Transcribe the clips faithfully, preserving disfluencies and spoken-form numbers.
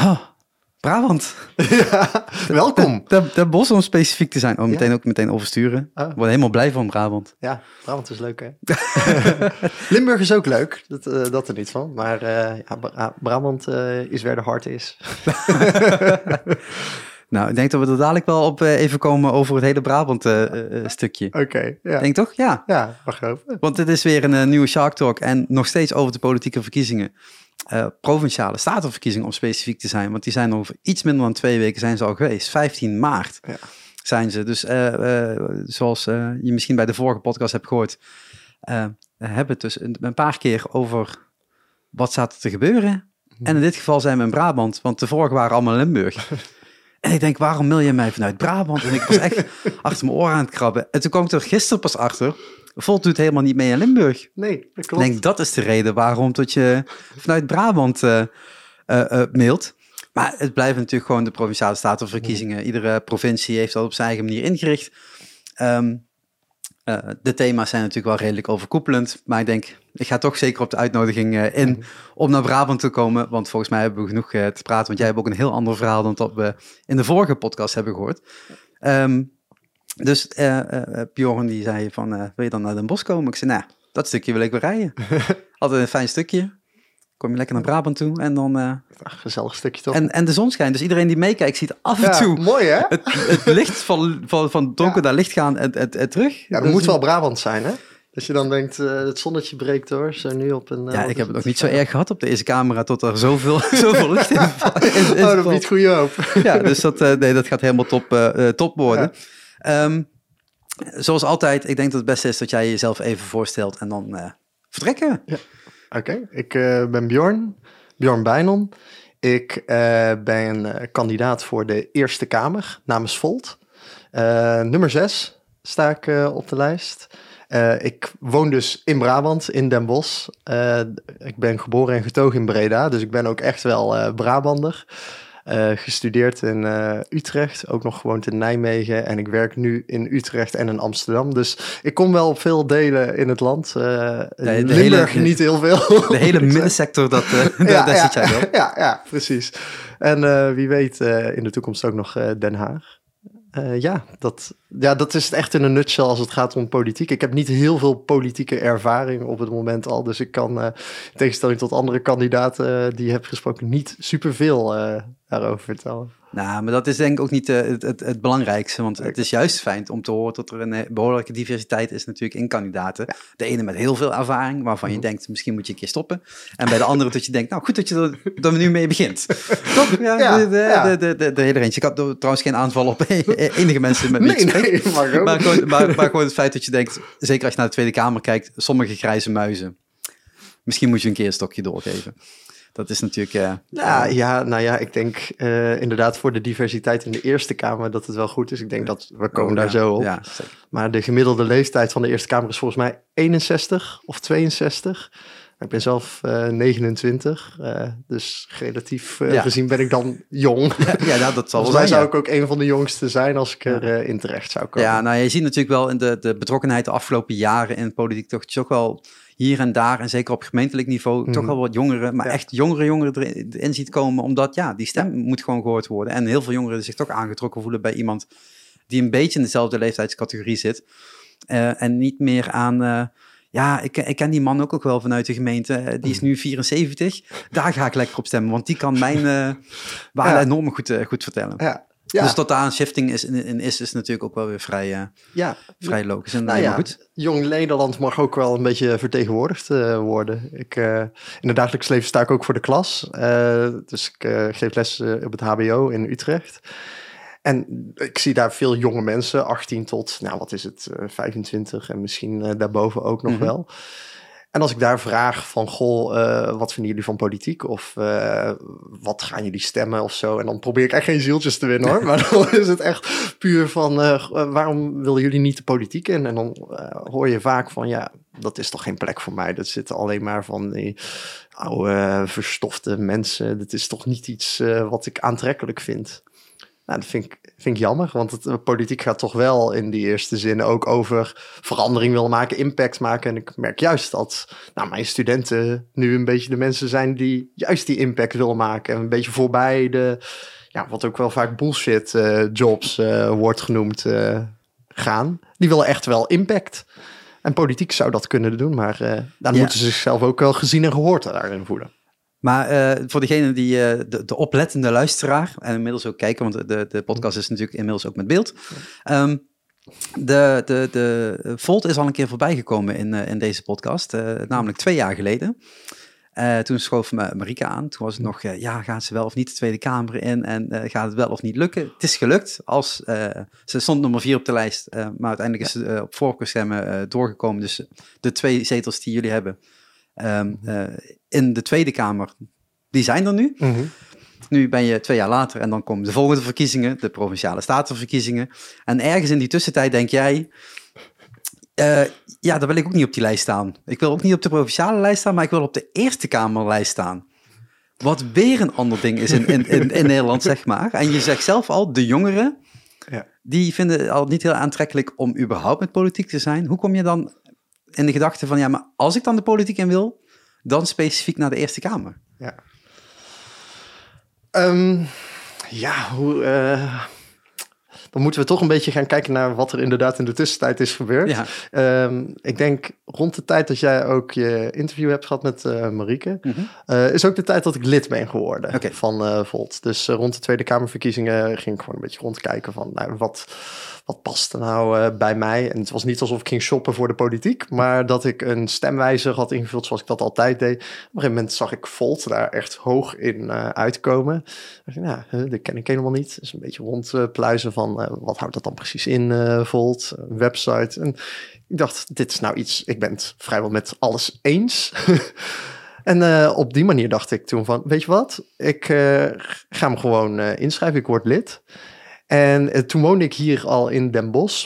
Oh, Brabant. Ja, welkom. De, de, de Bosch om specifiek te zijn. Oh, meteen ja. ook meteen oversturen. Oh. Ik word helemaal blij van Brabant. Ja, Brabant is leuk, hè? Limburg is ook leuk, dat, uh, dat er niet van. Maar uh, ja, Bra- Brabant uh, is waar de hart is. Nou, ik denk dat we er dadelijk wel op uh, even komen over het hele Brabant uh, uh, stukje. Oké, okay, ja. Denk toch? Ja. Ja, mag hopen. Want dit is weer een uh, nieuwe Shark Talk en nog steeds over de politieke verkiezingen. Uh, provinciale statenverkiezingen om specifiek te zijn. Want die zijn over iets minder dan twee weken zijn ze al geweest. vijftien maart ja. zijn ze. Dus uh, uh, zoals uh, je misschien bij de vorige podcast hebt gehoord, uh, we hebben het dus een, een paar keer over wat staat er te gebeuren. Hmm. En in dit geval zijn we in Brabant, want de vorige waren allemaal in Limburg. En ik denk, waarom mail je mij vanuit Brabant? En ik was echt achter mijn oren aan het krabben. En toen kwam ik er gisteren pas achter. Volt doet helemaal niet mee in Limburg. Nee, dat klopt. Ik denk, dat is de reden waarom dat je vanuit Brabant uh, uh, uh, mailt. Maar het blijven natuurlijk gewoon de provinciale statenverkiezingen. Mm. Iedere provincie heeft dat op zijn eigen manier ingericht. Um, uh, de thema's zijn natuurlijk wel redelijk overkoepelend. Maar ik denk, ik ga toch zeker op de uitnodiging uh, in mm. om naar Brabant te komen. Want volgens mij hebben we genoeg uh, te praten. Want jij hebt ook een heel ander verhaal dan dat we in de vorige podcast hebben gehoord. Um, Dus uh, uh, Bjorn die zei van, uh, wil je dan naar Den Bosch komen? Ik zei, nou, dat stukje wil ik weer rijden. Altijd een fijn stukje. Kom je lekker naar Brabant toe en dan... Uh, Ach, gezellig stukje toch? En, en de zon schijnt, dus iedereen die meekijkt ziet af en ja, toe... mooi hè? Het, het licht van, van, van donker ja. naar licht gaan en, en, en terug. Ja, dat dus moet wel Brabant zijn hè? Dat je dan denkt, uh, het zonnetje breekt door, zo nu op een... Uh, ja, ik heb het nog niet zo erg gehad op deze camera, tot er zoveel, zoveel licht in is. Oh, dat biedt goede hoop. Ja, dus dat, uh, nee, dat gaat helemaal top, uh, top worden. Ja. Um, Zoals altijd, ik denk dat het beste is dat jij jezelf even voorstelt en dan uh, vertrekken. Ja. Oké, okay. ik uh, ben Bjorn, Bjorn Bijnon. Ik uh, ben uh, kandidaat voor de Eerste Kamer namens Volt. Uh, nummer zes sta ik uh, op de lijst. Uh, ik woon dus in Brabant, in Den Bosch. Uh, ik ben geboren en getogen in Breda, dus ik ben ook echt wel uh, Brabander. Uh, gestudeerd in uh, Utrecht, ook nog gewoond in Nijmegen en ik werk nu in Utrecht en in Amsterdam. Dus ik kom wel op veel delen in het land. Uh, ja, in Limburg hele, niet heel veel. De hele middensector, dat, uh, ja, daar ja, zit jij wel. Ja, ja, precies. En uh, wie weet uh, in de toekomst ook nog uh, Den Haag. Uh, ja, dat, ja, dat is het echt in een nutshell als het gaat om politiek. Ik heb niet heel veel politieke ervaring op het moment al. Dus ik kan, uh, in tegenstelling tot andere kandidaten uh, die heb gesproken, niet superveel uh, daarover vertellen. Nou, maar dat is denk ik ook niet uh, het, het, het belangrijkste. Want het is juist fijn om te horen dat er een behoorlijke diversiteit is natuurlijk in kandidaten. Ja. De ene met heel veel ervaring, waarvan je denkt, misschien moet je een keer stoppen. En bij de andere dat je denkt, nou goed dat je er, dat we nu mee begint. Toch? Ja, ja, de, de, ja. de, de, de, de hele range. Ik had trouwens geen aanval op enige mensen met wie ik spreek. Nee, maar, maar, gewoon, maar, maar gewoon het feit dat je denkt, zeker als je naar de Tweede Kamer kijkt, sommige grijze muizen. Misschien moet je een keer een stokje doorgeven. Dat is natuurlijk... Uh, ja, uh, ja, nou ja, ik denk uh, inderdaad voor de diversiteit in de Eerste Kamer dat het wel goed is. Ik denk dat we komen oh, daar ja, zo op. Ja, maar de gemiddelde leeftijd van de Eerste Kamer is volgens mij eenenzestig of tweeënzestig. Ik ben zelf uh, negenentwintig, uh, dus relatief uh, ja. gezien ben ik dan jong. Ja, ja nou, dat zal Volgens mij zou ik ook een van de jongsten zijn als ik er uh, in terecht zou komen. Ja, nou je ziet natuurlijk wel in de, de betrokkenheid de afgelopen jaren in politiek toch, toch wel hier en daar, en zeker op gemeentelijk niveau, mm-hmm. toch wel wat jongeren, maar ja. echt jongere jongeren erin, erin ziet komen, omdat ja, die stem ja. moet gewoon gehoord worden. En heel veel jongeren zich toch aangetrokken voelen bij iemand die een beetje in dezelfde leeftijdscategorie zit. Uh, en niet meer aan... Uh, Ja, ik, ik ken die man ook, ook wel vanuit de gemeente. Die is nu vierenzeventig. Daar ga ik lekker op stemmen, want die kan mijn uh, waarde ja. enorm goed, uh, goed vertellen. Ja. Ja. Dus dat daar een shifting is, in, in is, is natuurlijk ook wel weer vrij, uh, ja. vrij logisch. En, nou ja, goed. Jong Nederland mag ook wel een beetje vertegenwoordigd uh, worden. Ik, uh, in het dagelijks leven sta ik ook voor de klas. Uh, dus ik uh, geef les uh, op het H B O in Utrecht. En ik zie daar veel jonge mensen, achttien tot, nou wat is het, uh, vijfentwintig en misschien uh, daarboven ook nog mm-hmm. wel. En als ik daar vraag van, goh, uh, wat vinden jullie van politiek? Of uh, wat gaan jullie stemmen of zo? En dan probeer ik echt geen zieltjes te winnen hoor. Maar dan is het echt puur van, uh, waarom willen jullie niet de politiek in? En dan uh, hoor je vaak van, ja, dat is toch geen plek voor mij. Dat zit alleen maar van die oude, uh, verstofte mensen. Dat is toch niet iets uh, wat ik aantrekkelijk vind. Nou, dat vind ik, vind ik jammer, want het, de politiek gaat toch wel in die eerste zin ook over verandering willen maken, impact maken. En ik merk juist dat nou, mijn studenten nu een beetje de mensen zijn die juist die impact willen maken. En een beetje voorbij de, ja, wat ook wel vaak bullshit uh, jobs uh, wordt genoemd, uh, gaan. Die willen echt wel impact. En politiek zou dat kunnen doen, maar uh, dan ja. moeten ze zichzelf ook wel gezien en gehoord daarin voelen. Maar uh, voor degene die, uh, de, de oplettende luisteraar, en inmiddels ook kijken, want de, de podcast is natuurlijk inmiddels ook met beeld. Um, de, de, de Volt is al een keer voorbij gekomen in, uh, in deze podcast, uh, namelijk twee jaar geleden. Uh, toen schoof Marieke aan. Toen was het nog, uh, ja, gaat ze wel of niet de Tweede Kamer in? En uh, gaat het wel of niet lukken? Het is gelukt. Als, uh, ze stond nummer vier op de lijst, uh, maar uiteindelijk is ze uh, op voorkeurstemmen uh, doorgekomen. Dus de twee zetels die jullie hebben um, uh, in de Tweede Kamer, die zijn er nu. Mm-hmm. Nu ben je twee jaar later en dan komen de volgende verkiezingen, de Provinciale Statenverkiezingen. En ergens in die tussentijd denk jij... Uh, ja, daar wil ik ook niet op die lijst staan. Ik wil ook niet op de provinciale lijst staan, maar ik wil op de Eerste Kamerlijst staan. Wat weer een ander ding is in, in, in, in Nederland, zeg maar. En je zegt zelf al, de jongeren, ja. die vinden het al niet heel aantrekkelijk om überhaupt met politiek te zijn. Hoe kom je dan in de gedachte van, ja, maar als ik dan de politiek in wil, dan specifiek naar de Eerste Kamer? Ja, um, ja hoe... Uh... Dan moeten we toch een beetje gaan kijken naar wat er inderdaad in de tussentijd is gebeurd. Ja. Um, ik denk rond de tijd dat jij ook je interview hebt gehad met uh, Marieke... Mm-hmm. Uh, is ook de tijd dat ik lid ben geworden okay. van uh, Volt. Dus uh, rond de Tweede Kamerverkiezingen ging ik gewoon een beetje rondkijken van... Nou, wat, wat past er nou uh, bij mij? En het was niet alsof ik ging shoppen voor de politiek... maar dat ik een stemwijzer had ingevuld zoals ik dat altijd deed. Op een gegeven moment zag ik Volt daar echt hoog in uh, uitkomen. Ik dacht, nou, uh, dat ken ik helemaal niet. Dus een beetje rondpluizen van... Uh, wat houdt dat dan precies in, uh, Volt? Een website. En ik dacht, dit is nou iets... Ik ben het vrijwel met alles eens. En uh, op die manier dacht ik toen van... Weet je wat? Ik uh, ga me gewoon uh, inschrijven. Ik word lid. En uh, toen woonde ik hier al in Den Bosch.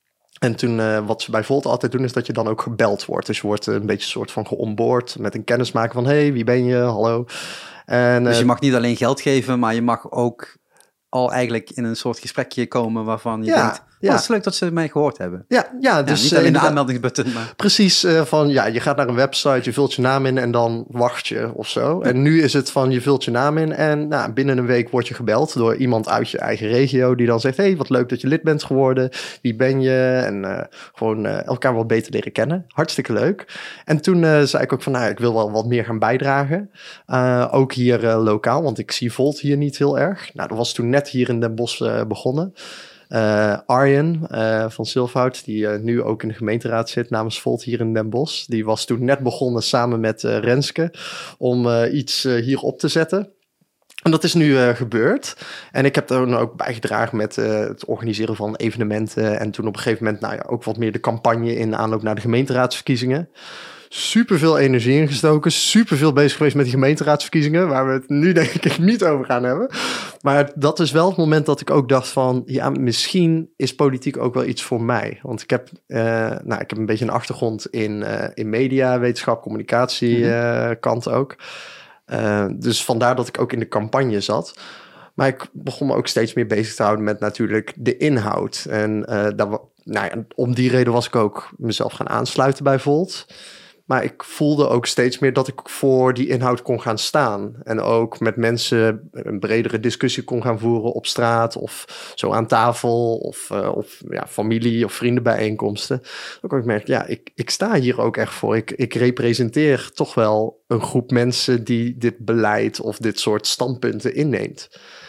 En toen, uh, wat ze bij Volt altijd doen... is dat je dan ook gebeld wordt. Dus je wordt uh, een beetje soort van geonboard... met een kennismaking van... hey, wie ben je? Hallo. En, uh, dus je mag niet alleen geld geven... maar je mag ook... al eigenlijk in een soort gesprekje komen waarvan je ja, denkt... Oh, ja. Het is leuk dat ze mij gehoord hebben. Ja, ja dus... Ja, niet alleen uh, de aanmeldingsbutton, maar... Precies, uh, van ja, je gaat naar een website, je vult je naam in en dan wacht je of zo. Ja. En nu is het van, je vult je naam in en nou, binnen een week word je gebeld door iemand uit je eigen regio die dan zegt, hey, wat leuk dat je lid bent geworden. Wie ben je? En uh, gewoon uh, elkaar wat beter leren kennen. Hartstikke leuk. En toen uh, zei ik ook van, nou, ik wil wel wat meer gaan bijdragen. Uh, ook hier uh, lokaal, want ik zie Volt hier niet heel erg. Nou, dat was toen net hier in Den Bosch uh, begonnen. Uh, Arjen uh, van Silfhout, die uh, nu ook in de gemeenteraad zit namens Volt hier in Den Bosch. Die was toen net begonnen samen met uh, Renske om uh, iets uh, hier op te zetten. En dat is nu uh, gebeurd. En ik heb daar ook bijgedragen met uh, het organiseren van evenementen. En toen op een gegeven moment nou ja, ook wat meer de campagne in aanloop naar de gemeenteraadsverkiezingen. Super veel energie ingestoken, super veel bezig geweest met die gemeenteraadsverkiezingen, waar we het nu denk ik niet over gaan hebben. Maar dat is wel het moment dat ik ook dacht van, ja, misschien is politiek ook wel iets voor mij. Want ik heb, uh, nou, ik heb een beetje een achtergrond in, uh, in media, wetenschap, communicatie uh, kant ook. Uh, dus vandaar dat ik ook in de campagne zat. Maar ik begon me ook steeds meer bezig te houden met natuurlijk de inhoud. En uh, dat, nou ja, om die reden was ik ook mezelf gaan aansluiten bij Volt. Maar ik voelde ook steeds meer dat ik voor die inhoud kon gaan staan. En ook met mensen een bredere discussie kon gaan voeren op straat of zo aan tafel of, uh, of ja, familie of vriendenbijeenkomsten. Ook ik merk, ja, ik, ik sta hier ook echt voor. Ik, ik representeer toch wel een groep mensen die dit beleid of dit soort standpunten inneemt.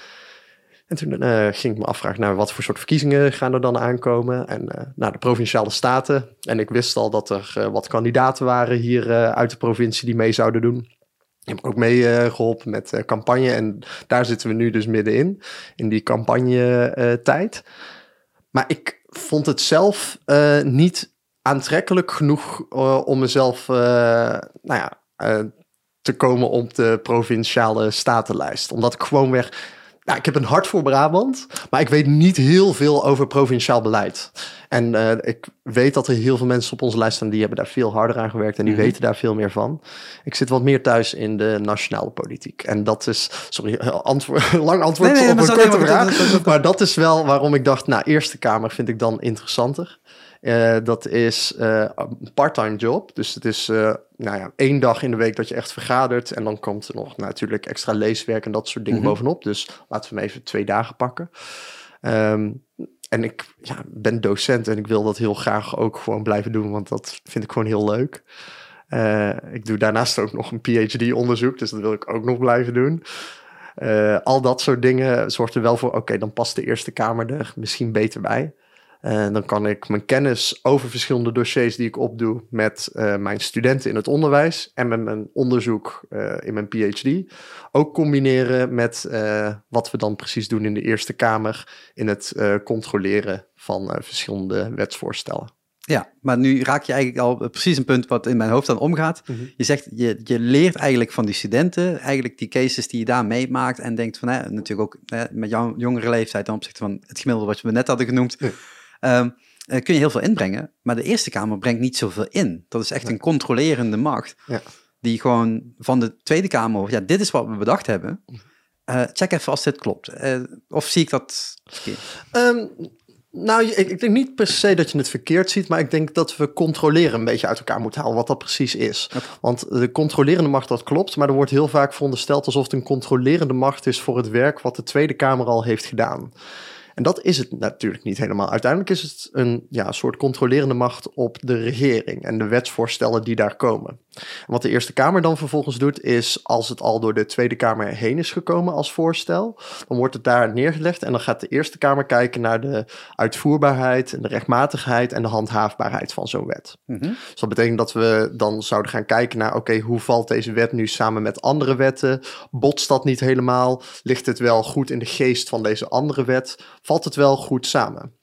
En toen uh, ging ik me afvragen naar wat voor soort verkiezingen gaan er dan aankomen. En uh, naar de Provinciale Staten. En ik wist al dat er uh, wat kandidaten waren hier uh, uit de provincie die mee zouden doen. Ik heb ook mee uh, geholpen met uh, campagne. En daar zitten we nu dus middenin. In die campagne uh, tijd. Maar ik vond het zelf uh, niet aantrekkelijk genoeg uh, om mezelf uh, nou ja, uh, te komen op de Provinciale Statenlijst. Omdat ik gewoon weer... nou, ik heb een hart voor Brabant, maar ik weet niet heel veel over provinciaal beleid. En uh, ik weet dat er heel veel mensen op onze lijst staan die hebben daar veel harder aan gewerkt en die mm-hmm. weten daar veel meer van. Ik zit wat meer thuis in de nationale politiek. En dat is, sorry, antwoord, lang antwoord nee, nee, op een korte vraag. Maar dat is wel waarom ik dacht, nou, Eerste Kamer vind ik dan interessanter. Uh, dat is uh, een part-time job. Dus het is uh, nou ja, één dag in de week dat je echt vergadert. En dan komt er nog nou, natuurlijk extra leeswerk en dat soort dingen mm-hmm. bovenop. Dus laten we hem even twee dagen pakken. Um, en ik ja, ben docent en ik wil dat heel graag ook gewoon blijven doen. Want dat vind ik gewoon heel leuk. Uh, ik doe daarnaast ook nog een P H D-onderzoek. Dus dat wil ik ook nog blijven doen. Uh, al dat soort dingen zorgt er wel voor... Oké, okay, dan past de Eerste Kamer er misschien beter bij. En uh, dan kan ik mijn kennis over verschillende dossiers die ik opdoe met uh, mijn studenten in het onderwijs en met mijn onderzoek uh, in mijn P H D ook combineren met uh, wat we dan precies doen in de Eerste Kamer in het uh, controleren van uh, verschillende wetsvoorstellen. Ja, maar nu raak je eigenlijk al precies een punt wat in mijn hoofd dan omgaat. Mm-hmm. Je zegt, je, je leert eigenlijk van die studenten, eigenlijk die cases die je daar meemaakt en denkt van, hè, natuurlijk ook hè, met jouw jongere leeftijd ten opzichte van het gemiddelde wat we net hadden genoemd, ja. Um, uh, kun je heel veel inbrengen, maar de Eerste Kamer brengt niet zoveel in. Dat is echt ja. een controlerende macht, ja. die gewoon van de Tweede Kamer, ja, dit is wat we bedacht hebben, uh, check even als dit klopt. Uh, of zie ik dat verkeerd? Um, nou, ik, ik denk niet per se dat je het verkeerd ziet, maar ik denk dat we controleren een beetje uit elkaar moeten halen, wat dat precies is. Okay. Want de controlerende macht, dat klopt, maar er wordt heel vaak verondersteld alsof het een controlerende macht is voor het werk wat de Tweede Kamer al heeft gedaan. En dat is het natuurlijk niet helemaal. Uiteindelijk is het een ja, soort controlerende macht op de regering en de wetsvoorstellen die daar komen. En wat de Eerste Kamer dan vervolgens doet is, als het al door de Tweede Kamer heen is gekomen als voorstel, dan wordt het daar neergelegd en dan gaat de Eerste Kamer kijken naar de uitvoerbaarheid en de rechtmatigheid en de handhaafbaarheid van zo'n wet. Mm-hmm. Dus dat betekent dat we dan zouden gaan kijken naar, oké, okay, hoe valt deze wet nu samen met andere wetten? Botst dat niet helemaal? Ligt het wel goed in de geest van deze andere wet? Valt het wel goed samen?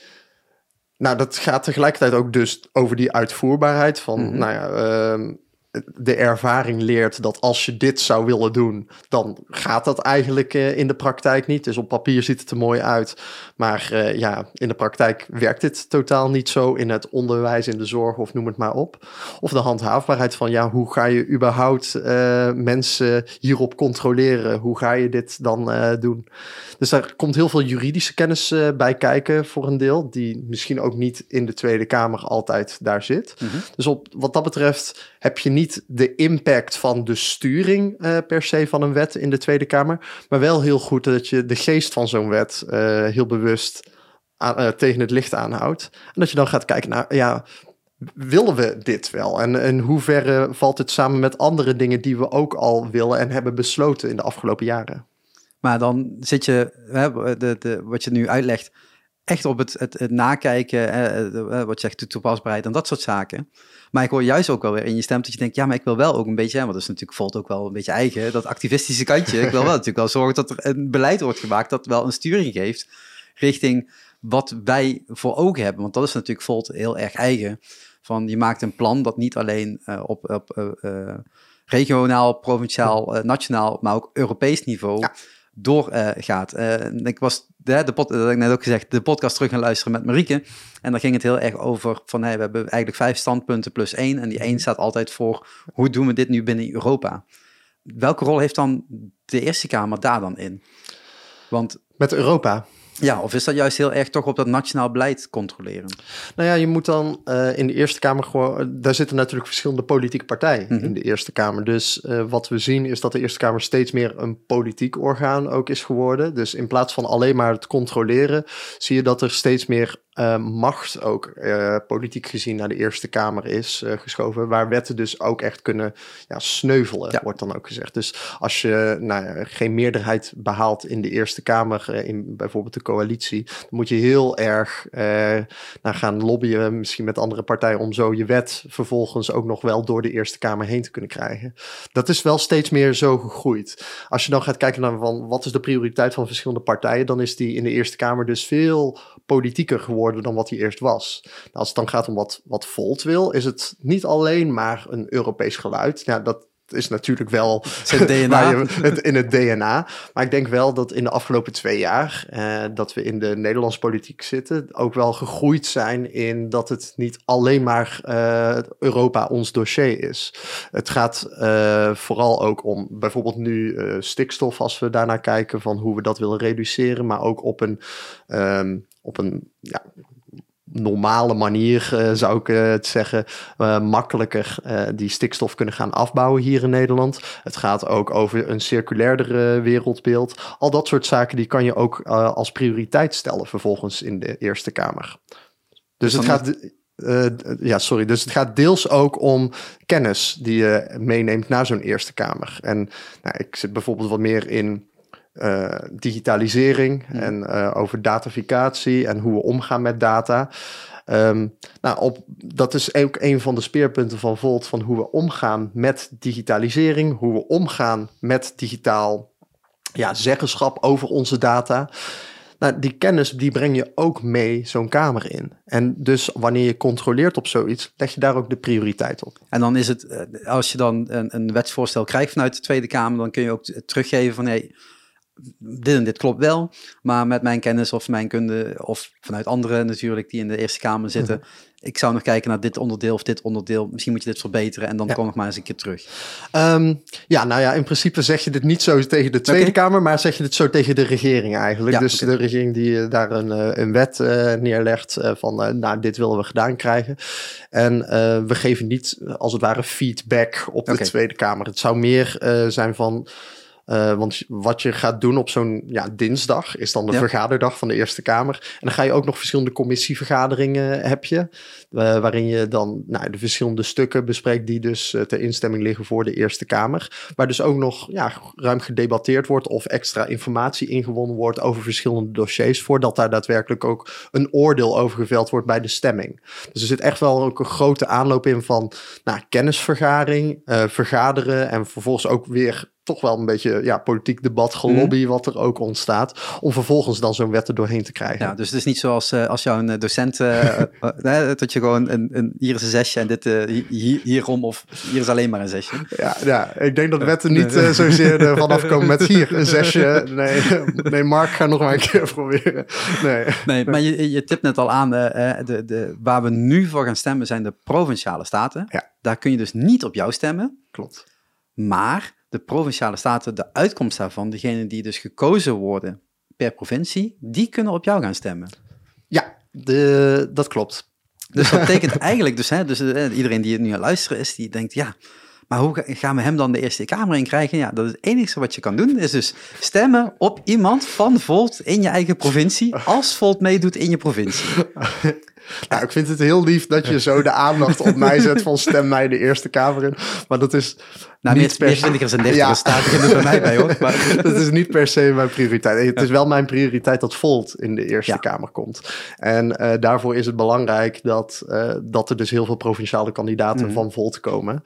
Nou, dat gaat tegelijkertijd ook dus over die uitvoerbaarheid van, mm-hmm. nou ja, uh, de ervaring leert dat als je dit zou willen doen, dan gaat dat eigenlijk uh, in de praktijk niet. Dus op papier ziet het er mooi uit, maar uh, ja, in de praktijk werkt dit totaal niet zo in het onderwijs, in de zorg of noem het maar op. Of de handhaafbaarheid van, ja, hoe ga je überhaupt uh, mensen hierop controleren? Hoe ga je dit dan uh, doen? Dus daar komt heel veel juridische kennis uh, bij kijken voor een deel, die misschien ook niet in de Tweede Kamer altijd daar zit. Mm-hmm. Dus op wat dat betreft heb je niet de impact van de sturing uh, per se van een wet in de Tweede Kamer, maar wel heel goed dat je de geest van zo'n wet uh, heel bewust aan, uh, tegen het licht aanhoudt. En dat je dan gaat kijken naar, ja, willen we dit wel? En in hoeverre valt het samen met andere dingen die we ook al willen en hebben besloten in de afgelopen jaren? Maar dan zit je, hè, de, de, wat je nu uitlegt, echt op het, het, het nakijken, eh, wat je zegt, toepasbaarheid en dat soort zaken. Maar ik hoor juist ook wel weer in je stem dat je denkt, ja, maar ik wil wel ook een beetje, want dat is natuurlijk Volt ook wel een beetje eigen, dat activistische kantje. Ik wil wel natuurlijk wel zorgen dat er een beleid wordt gemaakt dat wel een sturing geeft richting wat wij voor ogen hebben. Want dat is natuurlijk Volt heel erg eigen. Van je maakt een plan dat niet alleen uh, op, op uh, uh, regionaal, provinciaal, uh, nationaal, maar ook Europees niveau ja. doorgaat. Uh, uh, ik was, de, de pod, dat heb ik net ook gezegd, de podcast terug gaan luisteren met Marieke. En daar ging het heel erg over van, hey, we hebben eigenlijk vijf standpunten plus één. En die één staat altijd voor, hoe doen we dit nu binnen Europa? Welke rol heeft dan de Eerste Kamer daar dan in? Want met Europa? Ja, of is dat juist heel erg toch op dat nationaal beleid controleren? Nou ja, je moet dan uh, in de Eerste Kamer gewoon... Daar zitten natuurlijk verschillende politieke partijen mm-hmm. in de Eerste Kamer. Dus uh, wat we zien is dat de Eerste Kamer steeds meer een politiek orgaan ook is geworden. Dus in plaats van alleen maar het controleren, zie je dat er steeds meer uh, macht ook uh, politiek gezien naar de Eerste Kamer is uh, geschoven. Waar wetten dus ook echt kunnen ja, sneuvelen, ja. wordt dan ook gezegd. Dus als je nou ja, geen meerderheid behaalt in de Eerste Kamer, uh, in bijvoorbeeld de coalitie, dan moet je heel erg uh, nou, gaan lobbyen, misschien met andere partijen, om zo je wet vervolgens ook nog wel door de Eerste Kamer heen te kunnen krijgen. Dat is wel steeds meer zo gegroeid. Als je dan gaat kijken naar van, wat is de prioriteit van verschillende partijen, dan is die in de Eerste Kamer dus veel politieker geworden dan wat die eerst was. Nou, als het dan gaat om wat, wat Volt wil, is het niet alleen maar een Europees geluid. Ja, dat is natuurlijk wel het D N A. je, het, in het D N A. Maar ik denk wel dat in de afgelopen twee jaar... Uh, dat we in de Nederlandse politiek zitten... ook wel gegroeid zijn in dat het niet alleen maar uh, Europa ons dossier is. Het gaat uh, vooral ook om bijvoorbeeld nu uh, stikstof... als we daarnaar kijken van hoe we dat willen reduceren... maar ook op een, um, op een ja, normale manier, uh, zou ik uh, het zeggen... Uh, makkelijker uh, die stikstof kunnen gaan afbouwen hier in Nederland. Het gaat ook over een circulairder uh, wereldbeeld. Al dat soort zaken die kan je ook uh, als prioriteit stellen... vervolgens in de Eerste Kamer. Dus het gaat... Uh, ja, sorry. Dus het gaat deels ook om kennis die je meeneemt naar zo'n Eerste Kamer. En nou, ik zit bijvoorbeeld wat meer in uh, digitalisering hmm. en uh, over dataficatie en hoe we omgaan met data. Um, nou, op, dat is ook een van de speerpunten van Volt, van hoe we omgaan met digitalisering, hoe we omgaan met digitaal ja, zeggenschap over onze data. Nou, die kennis die breng je ook mee zo'n kamer in. En dus wanneer je controleert op zoiets, leg je daar ook de prioriteit op. En dan is het, als je dan een, een wetsvoorstel krijgt vanuit de Tweede Kamer, dan kun je ook teruggeven van, hey, dit en dit klopt wel, maar met mijn kennis of mijn kunde, of vanuit anderen natuurlijk die in de Eerste Kamer zitten, mm-hmm. ik zou nog kijken naar dit onderdeel of dit onderdeel, misschien moet je dit verbeteren en dan ja. kom nog maar eens een keer terug. Um, ja, nou ja, in principe zeg je dit niet zo tegen de Tweede okay. Kamer, maar zeg je dit zo tegen de regering eigenlijk. Ja, dus okay. de regering die uh, daar een, een wet uh, neerlegt uh, van, uh, nou, dit willen we gedaan krijgen. En uh, we geven niet, als het ware, feedback op de okay. Tweede Kamer. Het zou meer uh, zijn van... Uh, want wat je gaat doen op zo'n ja, dinsdag is dan de ja. vergaderdag van de Eerste Kamer. En dan ga je ook nog verschillende commissievergaderingen heb je. Uh, waarin je dan nou, de verschillende stukken bespreekt die dus uh, ter instemming liggen voor de Eerste Kamer. Waar dus ook nog ja, ruim gedebatteerd wordt of extra informatie ingewonnen wordt over verschillende dossiers. Voordat daar daadwerkelijk ook een oordeel over geveld wordt bij de stemming. Dus er zit echt wel ook een grote aanloop in van nou, kennisvergaring, uh, vergaderen en vervolgens ook weer... toch wel een beetje ja, politiek debat, gelobby, mm. wat er ook ontstaat, om vervolgens dan zo'n wet er doorheen te krijgen. Ja, dus het is niet zoals uh, als jouw docent, uh, uh, dat je gewoon, een, een, hier is een zesje en dit uh, hier, hierom, of hier is alleen maar een zesje. Ja, ja ik denk dat wetten niet uh, zozeer er vanaf komen met hier een zesje. Nee, nee, Mark, ga nog maar een keer proberen. Nee, nee maar je, je tipt net al aan, uh, de, de, waar we nu voor gaan stemmen zijn de provinciale staten. Ja. Daar kun je dus niet op jou stemmen. Klopt. Maar de provinciale staten, de uitkomst daarvan, degenen die dus gekozen worden per provincie, die kunnen op jou gaan stemmen. Ja, de, dat klopt. Dus dat betekent eigenlijk, dus, hè, dus uh, iedereen die het nu aan luisteren is, die denkt, ja, maar hoe gaan we hem dan de Eerste Kamer in krijgen? Ja, dat is het enige wat je kan doen, is dus stemmen op iemand van Volt in je eigen provincie, als Volt meedoet in je provincie. Nou, ik vind het heel lief dat je zo de aandacht op mij zet van stem mij de Eerste Kamer in. Maar dat is nou, niet per se... twintigers en dertigers ja. staat er bij mij bij, hoor. Maar... dat is niet per se mijn prioriteit. Het is wel mijn prioriteit dat Volt in de Eerste ja. Kamer komt. En uh, daarvoor is het belangrijk dat, uh, dat er dus heel veel provinciale kandidaten mm. van Volt komen.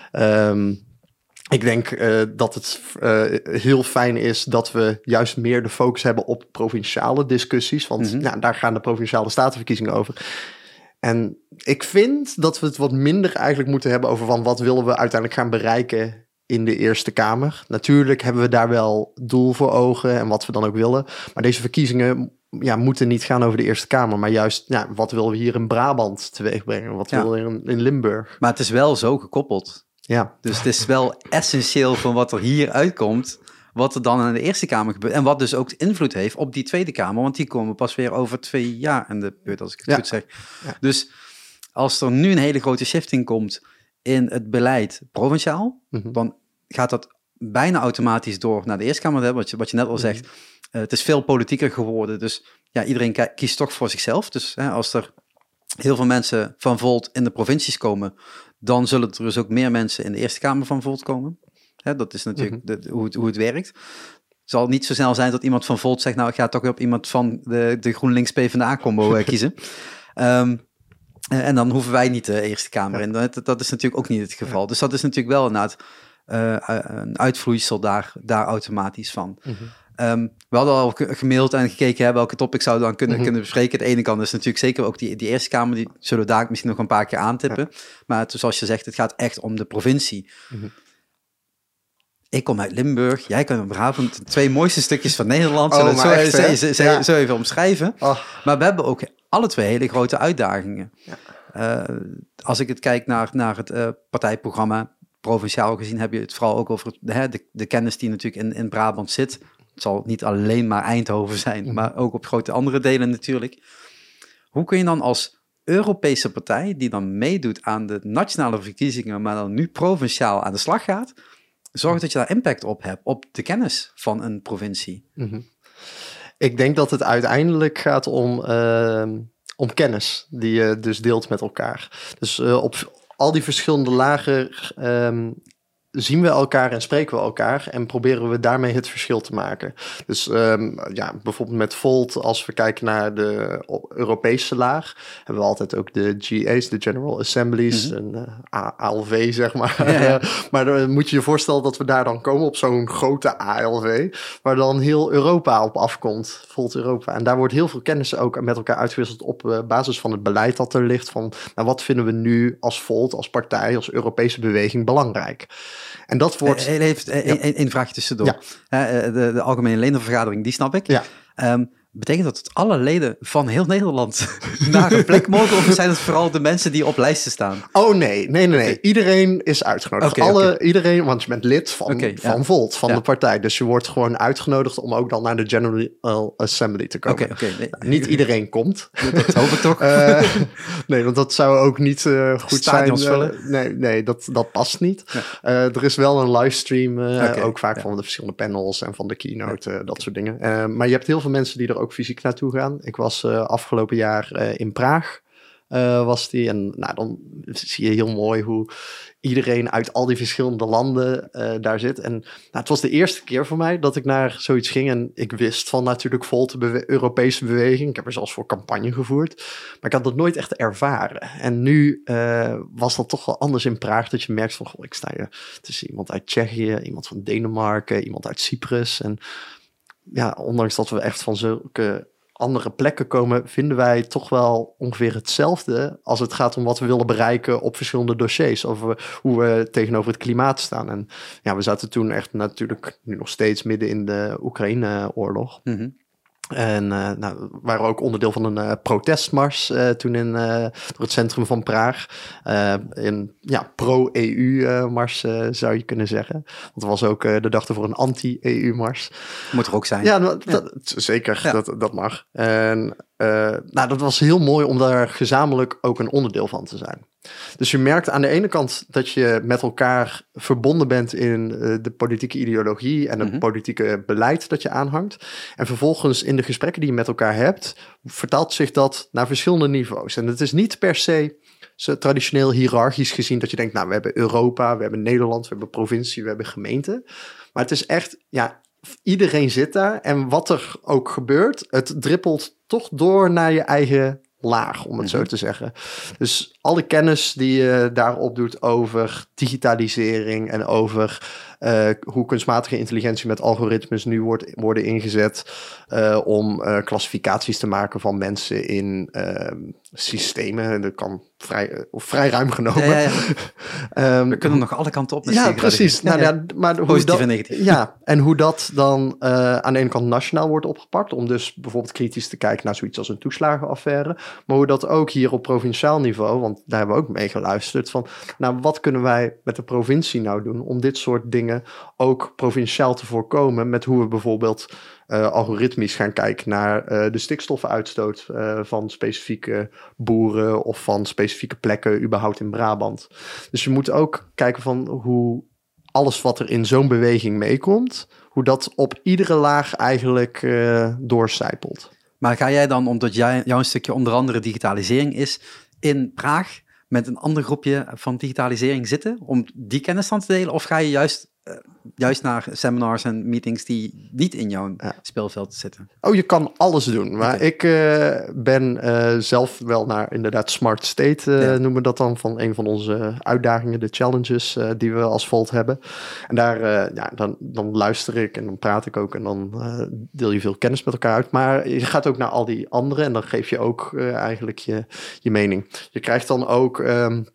Um, Ik denk uh, dat het uh, heel fijn is dat we juist meer de focus hebben op provinciale discussies. Want mm-hmm. nou, daar gaan de provinciale statenverkiezingen over. En ik vind dat we het wat minder eigenlijk moeten hebben over van wat willen we uiteindelijk gaan bereiken in de Eerste Kamer. Natuurlijk hebben we daar wel doel voor ogen en wat we dan ook willen. Maar deze verkiezingen ja, moeten niet gaan over de Eerste Kamer. Maar juist, ja, wat willen we hier in Brabant teweeg brengen? Wat ja. willen we in, in Limburg? Maar het is wel zo gekoppeld. Ja. Dus het is wel essentieel van wat er hier uitkomt, wat er dan in de Eerste Kamer gebeurt. En wat dus ook invloed heeft op die Tweede Kamer, want die komen pas weer over twee jaar in de beurt, als ik het ja. goed zeg. Ja. Dus als er nu een hele grote shifting komt in het beleid provinciaal, mm-hmm. dan gaat dat bijna automatisch door naar de Eerste Kamer. Wat je, wat je net al mm-hmm. zegt, uh, het is veel politieker geworden. Dus ja, iedereen ki- kiest toch voor zichzelf. Dus hè, als er heel veel mensen van Volt in de provincies komen, dan zullen er dus ook meer mensen in de Eerste Kamer van Volt komen. Hè, dat is natuurlijk mm-hmm. de, hoe, het, hoe het werkt. Het zal niet zo snel zijn dat iemand van Volt zegt, nou, ik ga toch weer op iemand van de, de GroenLinks-PvdA-combo uh, kiezen. Um, en dan hoeven wij niet de Eerste Kamer in. Dat, dat is natuurlijk ook niet het geval. Dus dat is natuurlijk wel inderdaad uh, een uitvloeisel daar, daar automatisch van. Mm-hmm. Um, we hadden al gemaild en gekeken hè, welke topics zouden we dan kunnen, mm-hmm. kunnen bespreken. Het ene kant is natuurlijk zeker ook die, die Eerste Kamer, die zullen we daar misschien nog een paar keer aantippen. Ja. Maar het, zoals je zegt, het gaat echt om de provincie. Mm-hmm. Ik kom uit Limburg, jij komt uit Brabant. De twee mooiste stukjes van Nederland. Oh, Zullen we het echt, zo, hè? zo, zo, Ja. zo even omschrijven. Oh. Maar we hebben ook alle twee hele grote uitdagingen. Ja. Uh, als ik het kijk naar, naar het uh, partijprogramma, provinciaal gezien heb je het vooral ook over hè, de, de kennis die natuurlijk in, in Brabant zit. Het zal niet alleen maar Eindhoven zijn, mm. maar ook op grote andere delen natuurlijk. Hoe kun je dan als Europese partij, die dan meedoet aan de nationale verkiezingen, maar dan nu provinciaal aan de slag gaat, zorgen dat je daar impact op hebt, op de kennis van een provincie? Mm-hmm. Ik denk dat het uiteindelijk gaat om, uh, om kennis die je dus deelt met elkaar. Dus uh, op al die verschillende lagen um, zien we elkaar en spreken we elkaar en proberen we daarmee het verschil te maken. Dus um, ja, bijvoorbeeld met Volt, als we kijken naar de Europese laag, hebben we altijd ook de G A's, de General Assemblies, mm-hmm. een uh, A L V zeg maar. Ja, ja. Maar dan moet je je voorstellen dat we daar dan komen op zo'n grote A L V, waar dan heel Europa op afkomt, Volt Europa. En daar wordt heel veel kennis ook met elkaar uitgewisseld op uh, basis van het beleid dat er ligt, van nou, wat vinden we nu als Volt, als partij, als Europese beweging belangrijk. En dat wordt... Heel even, ja. een, een vraagje tussendoor. Ja. Uh, de, de algemene ledenvergadering, die snap ik. Ja. Um, betekent dat dat alle leden van heel Nederland naar een plek mogen? Of zijn het vooral de mensen die op lijsten staan? Oh nee, nee, nee, nee. Okay. Iedereen is uitgenodigd. Okay, Alle, okay. Iedereen, want je bent lid van, okay, van ja. Volt, van ja. de partij. Dus je wordt gewoon uitgenodigd om ook dan naar de General Assembly te komen. Okay, okay. Nee. Nou, niet iedereen komt. Dat hoop ik toch. uh, nee, want dat zou ook niet uh, goed Stadions zijn. vullen? Uh, nee, nee dat, dat past niet. Ja. Uh, er is wel een livestream, uh, okay, ook vaak ja. van de verschillende panels en van de keynote, uh, dat soort dingen. Uh, maar je hebt heel veel mensen die er ook fysiek naartoe gaan. Ik was uh, afgelopen jaar uh, in Praag, uh, was die. En nou, dan zie je heel mooi hoe iedereen uit al die verschillende landen uh, daar zit. En nou, het was de eerste keer voor mij dat ik naar zoiets ging. En ik wist van natuurlijk Volt, de bewe- Europese beweging. Ik heb er zelfs voor campagne gevoerd. Maar ik had dat nooit echt ervaren. En nu uh, was dat toch wel anders in Praag. Dat je merkt van, goh, ik sta hier tussen iemand uit Tsjechië, iemand van Denemarken, iemand uit Cyprus. En ja, ondanks dat we echt van zulke andere plekken komen, vinden wij toch wel ongeveer hetzelfde als het gaat om wat we willen bereiken op verschillende dossiers. Over hoe we tegenover het klimaat staan. En ja, we zaten toen echt natuurlijk nu nog steeds midden in de Oekraïne-oorlog. Mm-hmm. En uh, nou, we waren ook onderdeel van een uh, protestmars uh, toen in, uh, door het centrum van Praag. Uh, een ja, pro-E U-mars uh, zou je kunnen zeggen. Want er was ook uh, de dag ervoor een anti-E U-mars. Moet er ook zijn. Ja, dat, ja. Dat, zeker. Ja. Dat, dat mag. En uh, nou, dat was heel mooi om daar gezamenlijk ook een onderdeel van te zijn. Dus je merkt aan de ene kant dat je met elkaar verbonden bent in uh, de politieke ideologie en het mm-hmm. politieke beleid dat je aanhangt. En vervolgens in de gesprekken die je met elkaar hebt, vertaalt zich dat naar verschillende niveaus. En het is niet per se zo traditioneel hiërarchisch gezien dat je denkt, nou, we hebben Europa, we hebben Nederland, we hebben provincie, we hebben gemeente. Maar het is echt, ja, iedereen zit daar en wat er ook gebeurt, het druppelt toch door naar je eigen laag, om het mm-hmm. zo te zeggen. Dus alle kennis die je daarop doet over digitalisering en over uh, hoe kunstmatige intelligentie met algoritmes nu wordt, worden ingezet uh, om uh, klassificaties te maken van mensen in uh, systemen. Dat kan vrij, of vrij ruim genomen. Ja, ja, ja. um, We kunnen nog alle kanten op. Ja, precies. Nou, ja, ja. Maar hoe positief dat, en negatief. Ja, en hoe dat dan uh, aan de ene kant nationaal wordt opgepakt, om dus bijvoorbeeld kritisch te kijken naar zoiets als een toeslagenaffaire, maar hoe dat ook hier op provinciaal niveau, want daar hebben we ook mee geluisterd, van nou, wat kunnen wij met de provincie nou doen om dit soort dingen ook provinciaal te voorkomen, met hoe we bijvoorbeeld uh, algoritmisch gaan kijken naar uh, de stikstofuitstoot uh, van specifieke boeren of van specifieke plekken überhaupt in Brabant. Dus je moet ook kijken van hoe alles wat er in zo'n beweging meekomt, hoe dat op iedere laag eigenlijk uh, doorcijpelt. Maar ga jij dan, omdat jij, jouw stukje onder andere digitalisering is, in Praag met een ander groepje van digitalisering zitten om die kennis dan te delen? Of ga je juist, uh, juist naar seminars en meetings die niet in jouw ja. speelveld zitten? Oh, je kan alles doen. Maar okay. ik uh, ben uh, zelf wel naar inderdaad Smart State, uh, ja. noemen we dat dan, van een van onze uitdagingen, de challenges uh, die we als Volt hebben. En daar, uh, ja, dan, dan luister ik en dan praat ik ook en dan uh, deel je veel kennis met elkaar uit. Maar je gaat ook naar al die anderen en dan geef je ook uh, eigenlijk je, je mening. Je krijgt dan ook Um,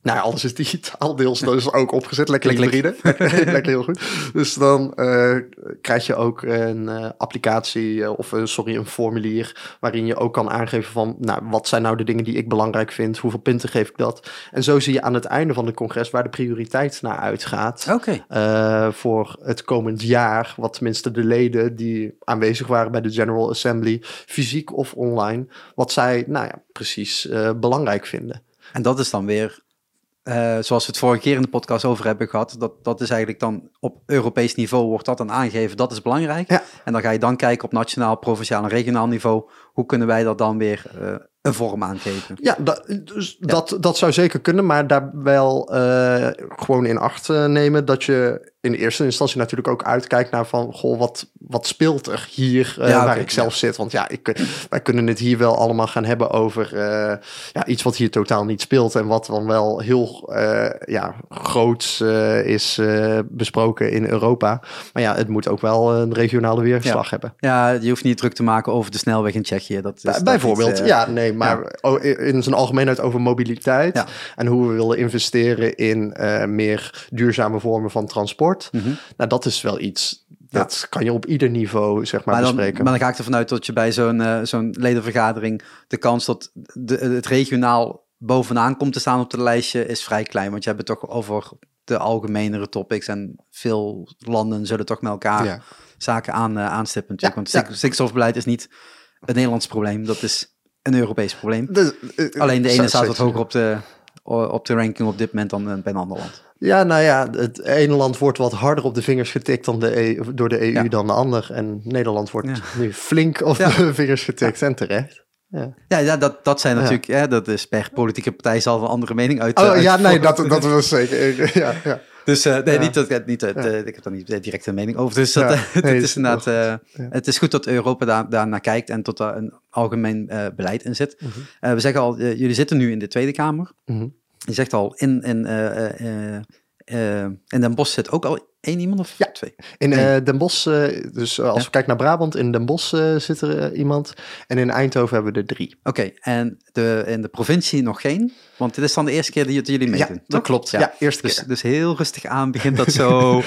Nou ja, alles is digitaal, deels dus ook opgezet. Lekker hybride. Lekker heel goed. Dus dan uh, krijg je ook een uh, applicatie uh, of uh, sorry, een formulier waarin je ook kan aangeven van, nou, wat zijn nou de dingen die ik belangrijk vind? Hoeveel punten geef ik dat? En zo zie je aan het einde van het congres waar de prioriteit naar uitgaat. Okay. Uh, voor het komend jaar, wat tenminste de leden die aanwezig waren bij de General Assembly, fysiek of online, wat zij, nou ja, precies uh, belangrijk vinden. En dat is dan weer, uh, zoals we het vorige keer in de podcast over hebben gehad, dat, dat is eigenlijk dan op Europees niveau wordt dat dan aangegeven, dat is belangrijk. Ja. En dan ga je dan kijken op nationaal, provinciaal en regionaal niveau, hoe kunnen wij dat dan weer uh, een vorm aangeven? Ja, dat, dus ja. dat, dat zou zeker kunnen, maar daar wel uh, gewoon in acht uh, nemen dat je in eerste instantie natuurlijk ook uitkijkt naar van, goh, wat, wat speelt er hier uh, ja, waar okay, ik zelf ja. zit? Want ja, ik, wij kunnen het hier wel allemaal gaan hebben over uh, ja, iets wat hier totaal niet speelt en wat dan wel heel uh, ja, groots uh, is uh, besproken in Europa. Maar ja, het moet ook wel een regionale weerslag ja. hebben. Ja, je hoeft niet druk te maken over de snelweg in Tsjechië. Dat is, Bij, dat bijvoorbeeld, iets, uh, ja, nee, maar ja. in zijn algemeenheid over mobiliteit ja. en hoe we willen investeren in uh, meer duurzame vormen van transport. Mm-hmm. Nou, dat is wel iets, dat ja. kan je op ieder niveau, zeg maar, maar dan, bespreken. Maar dan ga ik ervan uit dat je bij zo'n, uh, zo'n ledenvergadering de kans dat de, het regionaal bovenaan komt te staan op de lijstje is vrij klein. Want je hebt het toch over de algemenere topics en veel landen zullen toch met elkaar ja. zaken aan, uh, aanstippen natuurlijk. Ja, Want ja. stikstofbeleid is niet een Nederlands probleem, dat is een Europees probleem. De, uh, Alleen de ene staat wat hoger op de, op de ranking op dit moment dan uh, bij een ander land. Ja, nou ja, het ene land wordt wat harder op de vingers getikt dan de E U, door de E U ja. dan de ander. En Nederland wordt ja. nu flink op ja. de vingers getikt ja. en terecht. Ja, ja, ja dat, dat zijn natuurlijk, ja. Ja, dat is per politieke partij zal een andere mening uit. Oh uit ja, nee, dat, dat was zeker. Ja, ja. Dus uh, nee, ja. niet dat niet, uh, ja. uh, ik heb daar niet direct een mening over. Dus dat, ja. uh, nee, het is inderdaad, uh, ja. het is goed dat Europa daar, daar naar kijkt en tot daar een algemeen uh, beleid in zit. Mm-hmm. Uh, we zeggen al, uh, jullie zitten nu in de Tweede Kamer. Mm-hmm. Je zegt al, in, in, uh, uh, uh, in Den Bosch zit ook al één iemand of ja. twee? In uh, Den Bosch, uh, dus uh, als ja. we kijken naar Brabant, in Den Bosch uh, zit er uh, iemand. En in Eindhoven hebben we er drie. Oké, okay. en de, in de provincie nog geen? Want dit is dan de eerste keer dat jullie meedoen, Ja, dat klopt. Ja, ja eerste dus, keer. Dus heel rustig aan begint dat zo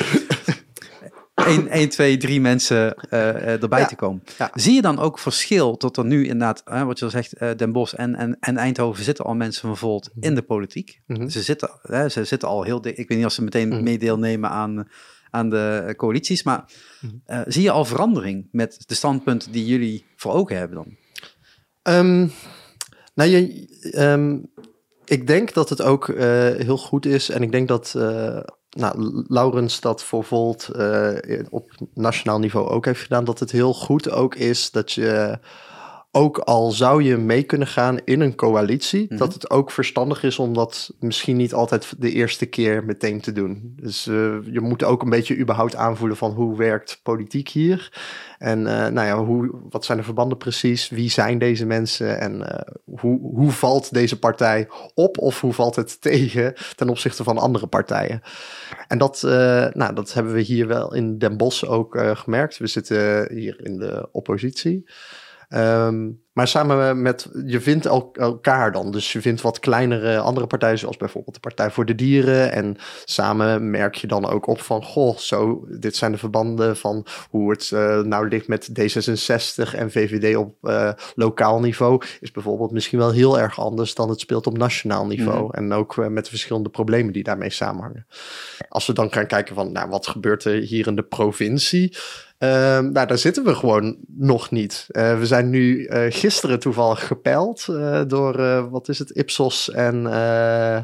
één, twee, drie mensen uh, erbij ja. te komen. Ja. Zie je dan ook verschil tot er nu inderdaad, hè, wat je al zegt, uh, Den Bosch en, en, en Eindhoven zitten al mensen van Volt in de politiek. Mm-hmm. Ze, zitten, hè, ze zitten al heel dik. Ik weet niet of ze meteen mm-hmm. meedeelnemen aan, aan de coalities, maar mm-hmm. uh, zie je al verandering met de standpunten die jullie voor ogen hebben dan? Um, nou, je, um, ik denk dat het ook uh, heel goed is en ik denk dat Uh, Nou, Laurens dat voor Volt uh, op nationaal niveau ook heeft gedaan, dat het heel goed ook is dat je, ook al zou je mee kunnen gaan in een coalitie, mm-hmm. dat het ook verstandig is om dat misschien niet altijd de eerste keer meteen te doen. Dus uh, je moet ook een beetje überhaupt aanvoelen van hoe werkt politiek hier. En uh, nou ja, hoe, wat zijn de verbanden precies? Wie zijn deze mensen? En uh, hoe, hoe valt deze partij op? Of hoe valt het tegen ten opzichte van andere partijen? En dat, uh, nou, dat hebben we hier wel in Den Bosch ook uh, gemerkt. We zitten hier in de oppositie. Um, maar samen met, je vindt el- elkaar dan. Dus je vindt wat kleinere andere partijen, zoals bijvoorbeeld de Partij voor de Dieren. En samen merk je dan ook op van, goh, zo, dit zijn de verbanden van hoe het uh, nou ligt met D zesenzestig en V V D op uh, lokaal niveau. Is bijvoorbeeld misschien wel heel erg anders dan het speelt op nationaal niveau. Mm. En ook uh, met de verschillende problemen die daarmee samenhangen. Als we dan gaan kijken van, nou, wat gebeurt er hier in de provincie? Uh, nou, daar zitten we gewoon nog niet. Uh, we zijn nu uh, gisteren toevallig gepeild uh, door, uh, wat is het, Ipsos en uh,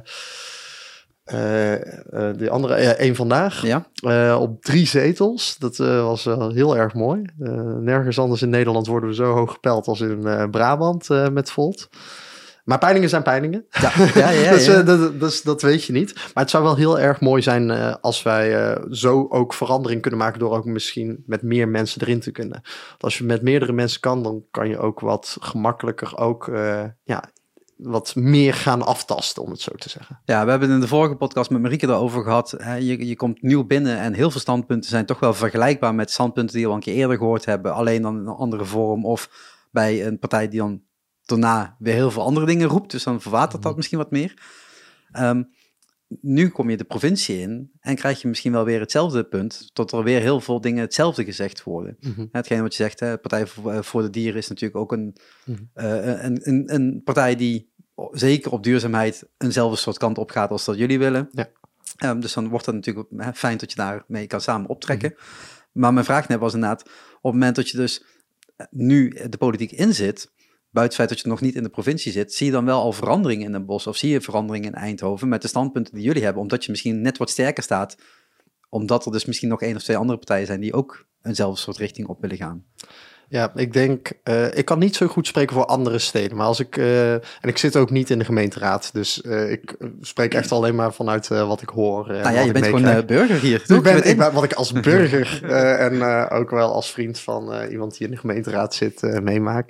uh, uh, de andere, uh, één Vandaag. Ja. Uh, op drie zetels. Dat uh, was uh, heel erg mooi. Uh, nergens anders in Nederland worden we zo hoog gepeild als in uh, Brabant uh, met Volt. Maar peilingen zijn peilingen. Ja, ja, ja, dus, uh, dat, dat, dat weet je niet. Maar het zou wel heel erg mooi zijn uh, als wij uh, zo ook verandering kunnen maken door ook misschien met meer mensen erin te kunnen. Want als je met meerdere mensen kan, dan kan je ook wat gemakkelijker ook uh, ja, wat meer gaan aftasten, om het zo te zeggen. Ja, we hebben in de vorige podcast met Marieke daarover gehad. Hè, je, je komt nieuw binnen en heel veel standpunten zijn toch wel vergelijkbaar met standpunten die we al een keer eerder gehoord hebben. Alleen dan in een andere vorm of bij een partij die dan daarna weer heel veel andere dingen roept. Dus dan verwatert dat misschien wat meer. Um, nu kom je de provincie in en krijg je misschien wel weer hetzelfde punt, tot er weer heel veel dingen hetzelfde gezegd worden. Mm-hmm. Hetgeen wat je zegt, hè, Partij voor, voor de Dieren is natuurlijk ook een, Mm-hmm. uh, een, een, een partij die zeker op duurzaamheid eenzelfde soort kant op gaat als dat jullie willen. Ja. Um, dus dan wordt het natuurlijk hè, fijn dat je daarmee kan samen optrekken. Mm-hmm. Maar mijn vraag net was inderdaad, op het moment dat je dus nu de politiek inzit, buiten het feit dat je nog niet in de provincie zit, zie je dan wel al veranderingen in Den Bosch of zie je veranderingen in Eindhoven met de standpunten die jullie hebben, omdat je misschien net wat sterker staat, omdat er dus misschien nog één of twee andere partijen zijn die ook eenzelfde soort richting op willen gaan? Ja, ik denk, uh, ik kan niet zo goed spreken voor andere steden, maar als ik, uh, en ik zit ook niet in de gemeenteraad, dus uh, ik spreek echt alleen maar vanuit uh, wat ik hoor. Uh, nou ja, je bent meekrijg. gewoon uh, burger hier. Ik ben, ik ben, wat ik als burger uh, en uh, ook wel als vriend van uh, iemand die in de gemeenteraad zit uh, meemaak,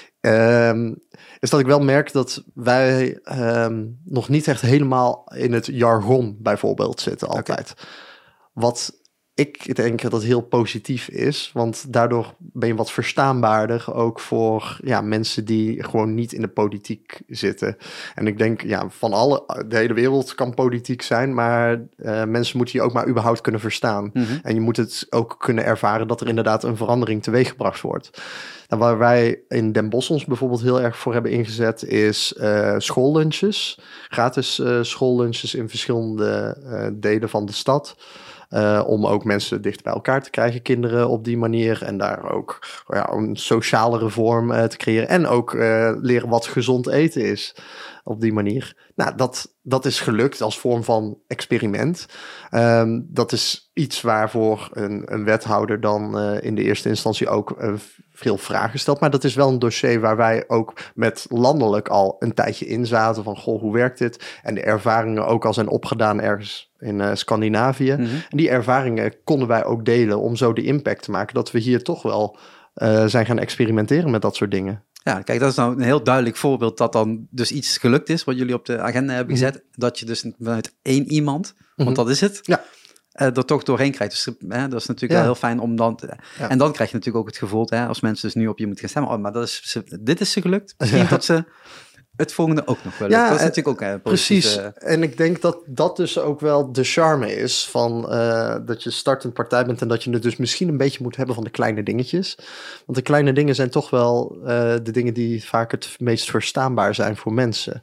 um, is dat ik wel merk dat wij um, nog niet echt helemaal in het jargon bijvoorbeeld zitten altijd. Okay. Wat ik denk dat het heel positief is, want daardoor ben je wat verstaanbaarder ook voor ja, mensen die gewoon niet in de politiek zitten. En ik denk, ja, van alle, de hele wereld kan politiek zijn, maar uh, mensen moeten je ook maar überhaupt kunnen verstaan. Mm-hmm. En je moet het ook kunnen ervaren dat er inderdaad een verandering teweeggebracht wordt. En waar wij in Den Bosch ons bijvoorbeeld heel erg voor hebben ingezet is uh, schoollunches. Gratis uh, schoollunches in verschillende uh, delen van de stad. Uh, om ook mensen dicht bij elkaar te krijgen, kinderen op die manier. En daar ook ja, een socialere vorm uh, te creëren. En ook uh, leren wat gezond eten is op die manier. Nou, dat, dat is gelukt als vorm van experiment. Um, dat is iets waarvoor een, een wethouder dan uh, in de eerste instantie ook uh, veel vragen stelt. Maar dat is wel een dossier waar wij ook met landelijk al een tijdje in zaten. Van, goh, hoe werkt dit? En de ervaringen ook al zijn opgedaan ergens in uh, Scandinavië. Mm-hmm. En die ervaringen konden wij ook delen om zo de impact te maken dat we hier toch wel uh, zijn gaan experimenteren met dat soort dingen. Ja, kijk, dat is nou een heel duidelijk voorbeeld dat dan dus iets gelukt is wat jullie op de agenda hebben gezet. Mm-hmm. Dat je dus vanuit één iemand, mm-hmm. want dat is het, ja. uh, er toch doorheen krijgt. Dus hè, dat is natuurlijk ja. wel heel fijn om dan... Te, ja. En dan krijg je natuurlijk ook het gevoel, hè, als mensen dus nu op je moeten gaan stemmen, oh, maar dat is, dit is ze gelukt. Misschien ja. dat ze het volgende ook nog wel. Ja, dat is natuurlijk ook een precies. Uh, en ik denk dat dat dus ook wel de charme is van uh, dat je startend partij bent en dat je het dus misschien een beetje moet hebben van de kleine dingetjes. Want de kleine dingen zijn toch wel uh, de dingen die vaak het meest verstaanbaar zijn voor mensen.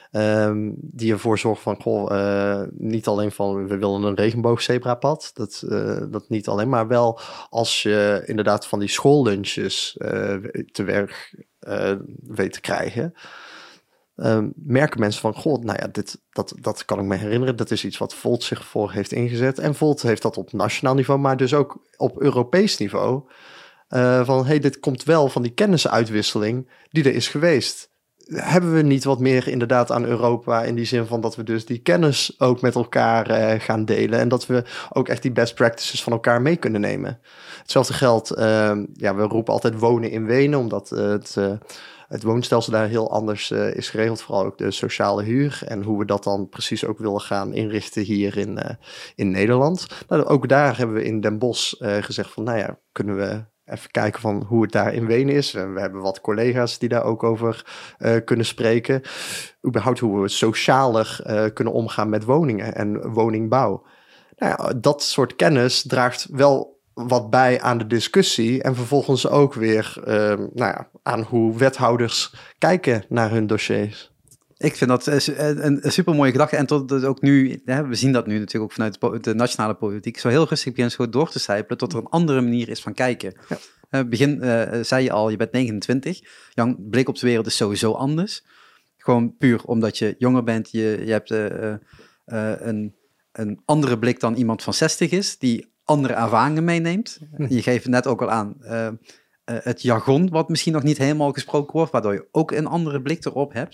Um, die ervoor zorgen van, goh, uh, niet alleen van, we willen een regenboogzebrapad, dat, uh, dat niet alleen, maar wel als je inderdaad van die schoollunches uh, te werk uh, weet te krijgen, Um, merken mensen van, goh, nou ja, dit, dat, dat kan ik me herinneren. Dat is iets wat Volt zich voor heeft ingezet. En Volt heeft dat op nationaal niveau, maar dus ook op Europees niveau. Uh, van, hey, dit komt wel van die kennisuitwisseling die er is geweest. Hebben we niet wat meer inderdaad aan Europa in die zin van dat we dus die kennis ook met elkaar uh, gaan delen en dat we ook echt die best practices van elkaar mee kunnen nemen. Hetzelfde geldt, uh, ja, we roepen altijd wonen in Wenen, omdat uh, het... Uh, Het woonstelsel daar heel anders uh, is geregeld, vooral ook de sociale huur en hoe we dat dan precies ook willen gaan inrichten hier in, uh, in Nederland. Nou, ook daar hebben we in Den Bosch uh, gezegd van, nou ja, kunnen we even kijken van hoe het daar in Wenen is. En we hebben wat collega's die daar ook over uh, kunnen spreken. Überhaupt hoe we socialer uh, kunnen omgaan met woningen en woningbouw. Nou ja, dat soort kennis draagt wel wat bij aan de discussie en vervolgens ook weer uh, nou ja, aan hoe wethouders kijken naar hun dossiers. Ik vind dat een, een super mooie gedachte en tot ook nu, hè, we zien dat nu natuurlijk ook vanuit de nationale politiek, zo heel rustig begint zo door te sijpelen tot er een andere manier is van kijken. Ja. Uh, begin, uh, zei je al, je bent negenentwintig, jouw blik op de wereld is sowieso anders. Gewoon puur omdat je jonger bent, je, je hebt uh, uh, een, een andere blik dan iemand van zestig is, die andere ervaringen meeneemt. Hm. Je geeft net ook al aan uh, uh, het jargon wat misschien nog niet helemaal gesproken wordt, waardoor je ook een andere blik erop hebt.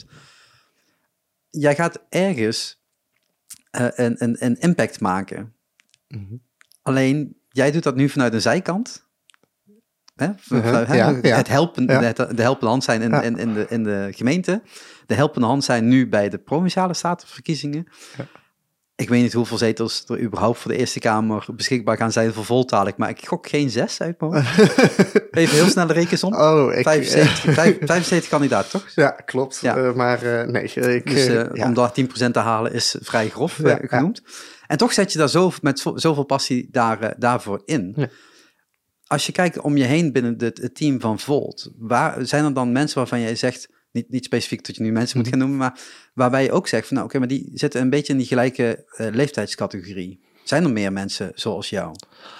Jij gaat ergens uh, een, een, een impact maken. Mm-hmm. Alleen, jij doet dat nu vanuit een zijkant. Hè? Uh-huh. Hè? Ja, ja. Het helpen, ja. de, de helpende hand zijn in, ja. in, in, de, in de gemeente. De helpende hand zijn nu bij de provinciale statenverkiezingen. Ja. Ik weet niet hoeveel zetels er überhaupt voor de Eerste Kamer beschikbaar gaan zijn voor voltalig, maar ik gok geen zes uit mijn hoofd. Even heel snel de rekensom. Oh, ik... vijfenzeventig, vijfenzeventig kandidaat, toch? Ja, klopt. Ja. Uh, maar uh, nee, ik... Dus uh, ja. om daar tien procent te halen is vrij grof uh, ja, genoemd. Ja. En toch zet je daar zo, met zo, zoveel passie daar, uh, daarvoor in. Ja. Als je kijkt om je heen binnen het, het team van Volt, waar zijn er dan mensen waarvan jij zegt... Niet, niet specifiek dat je nu mensen moet gaan noemen, maar waarbij je ook zegt van nou oké, okay, maar die zitten een beetje in die gelijke uh, leeftijdscategorie. Zijn er meer mensen zoals jou?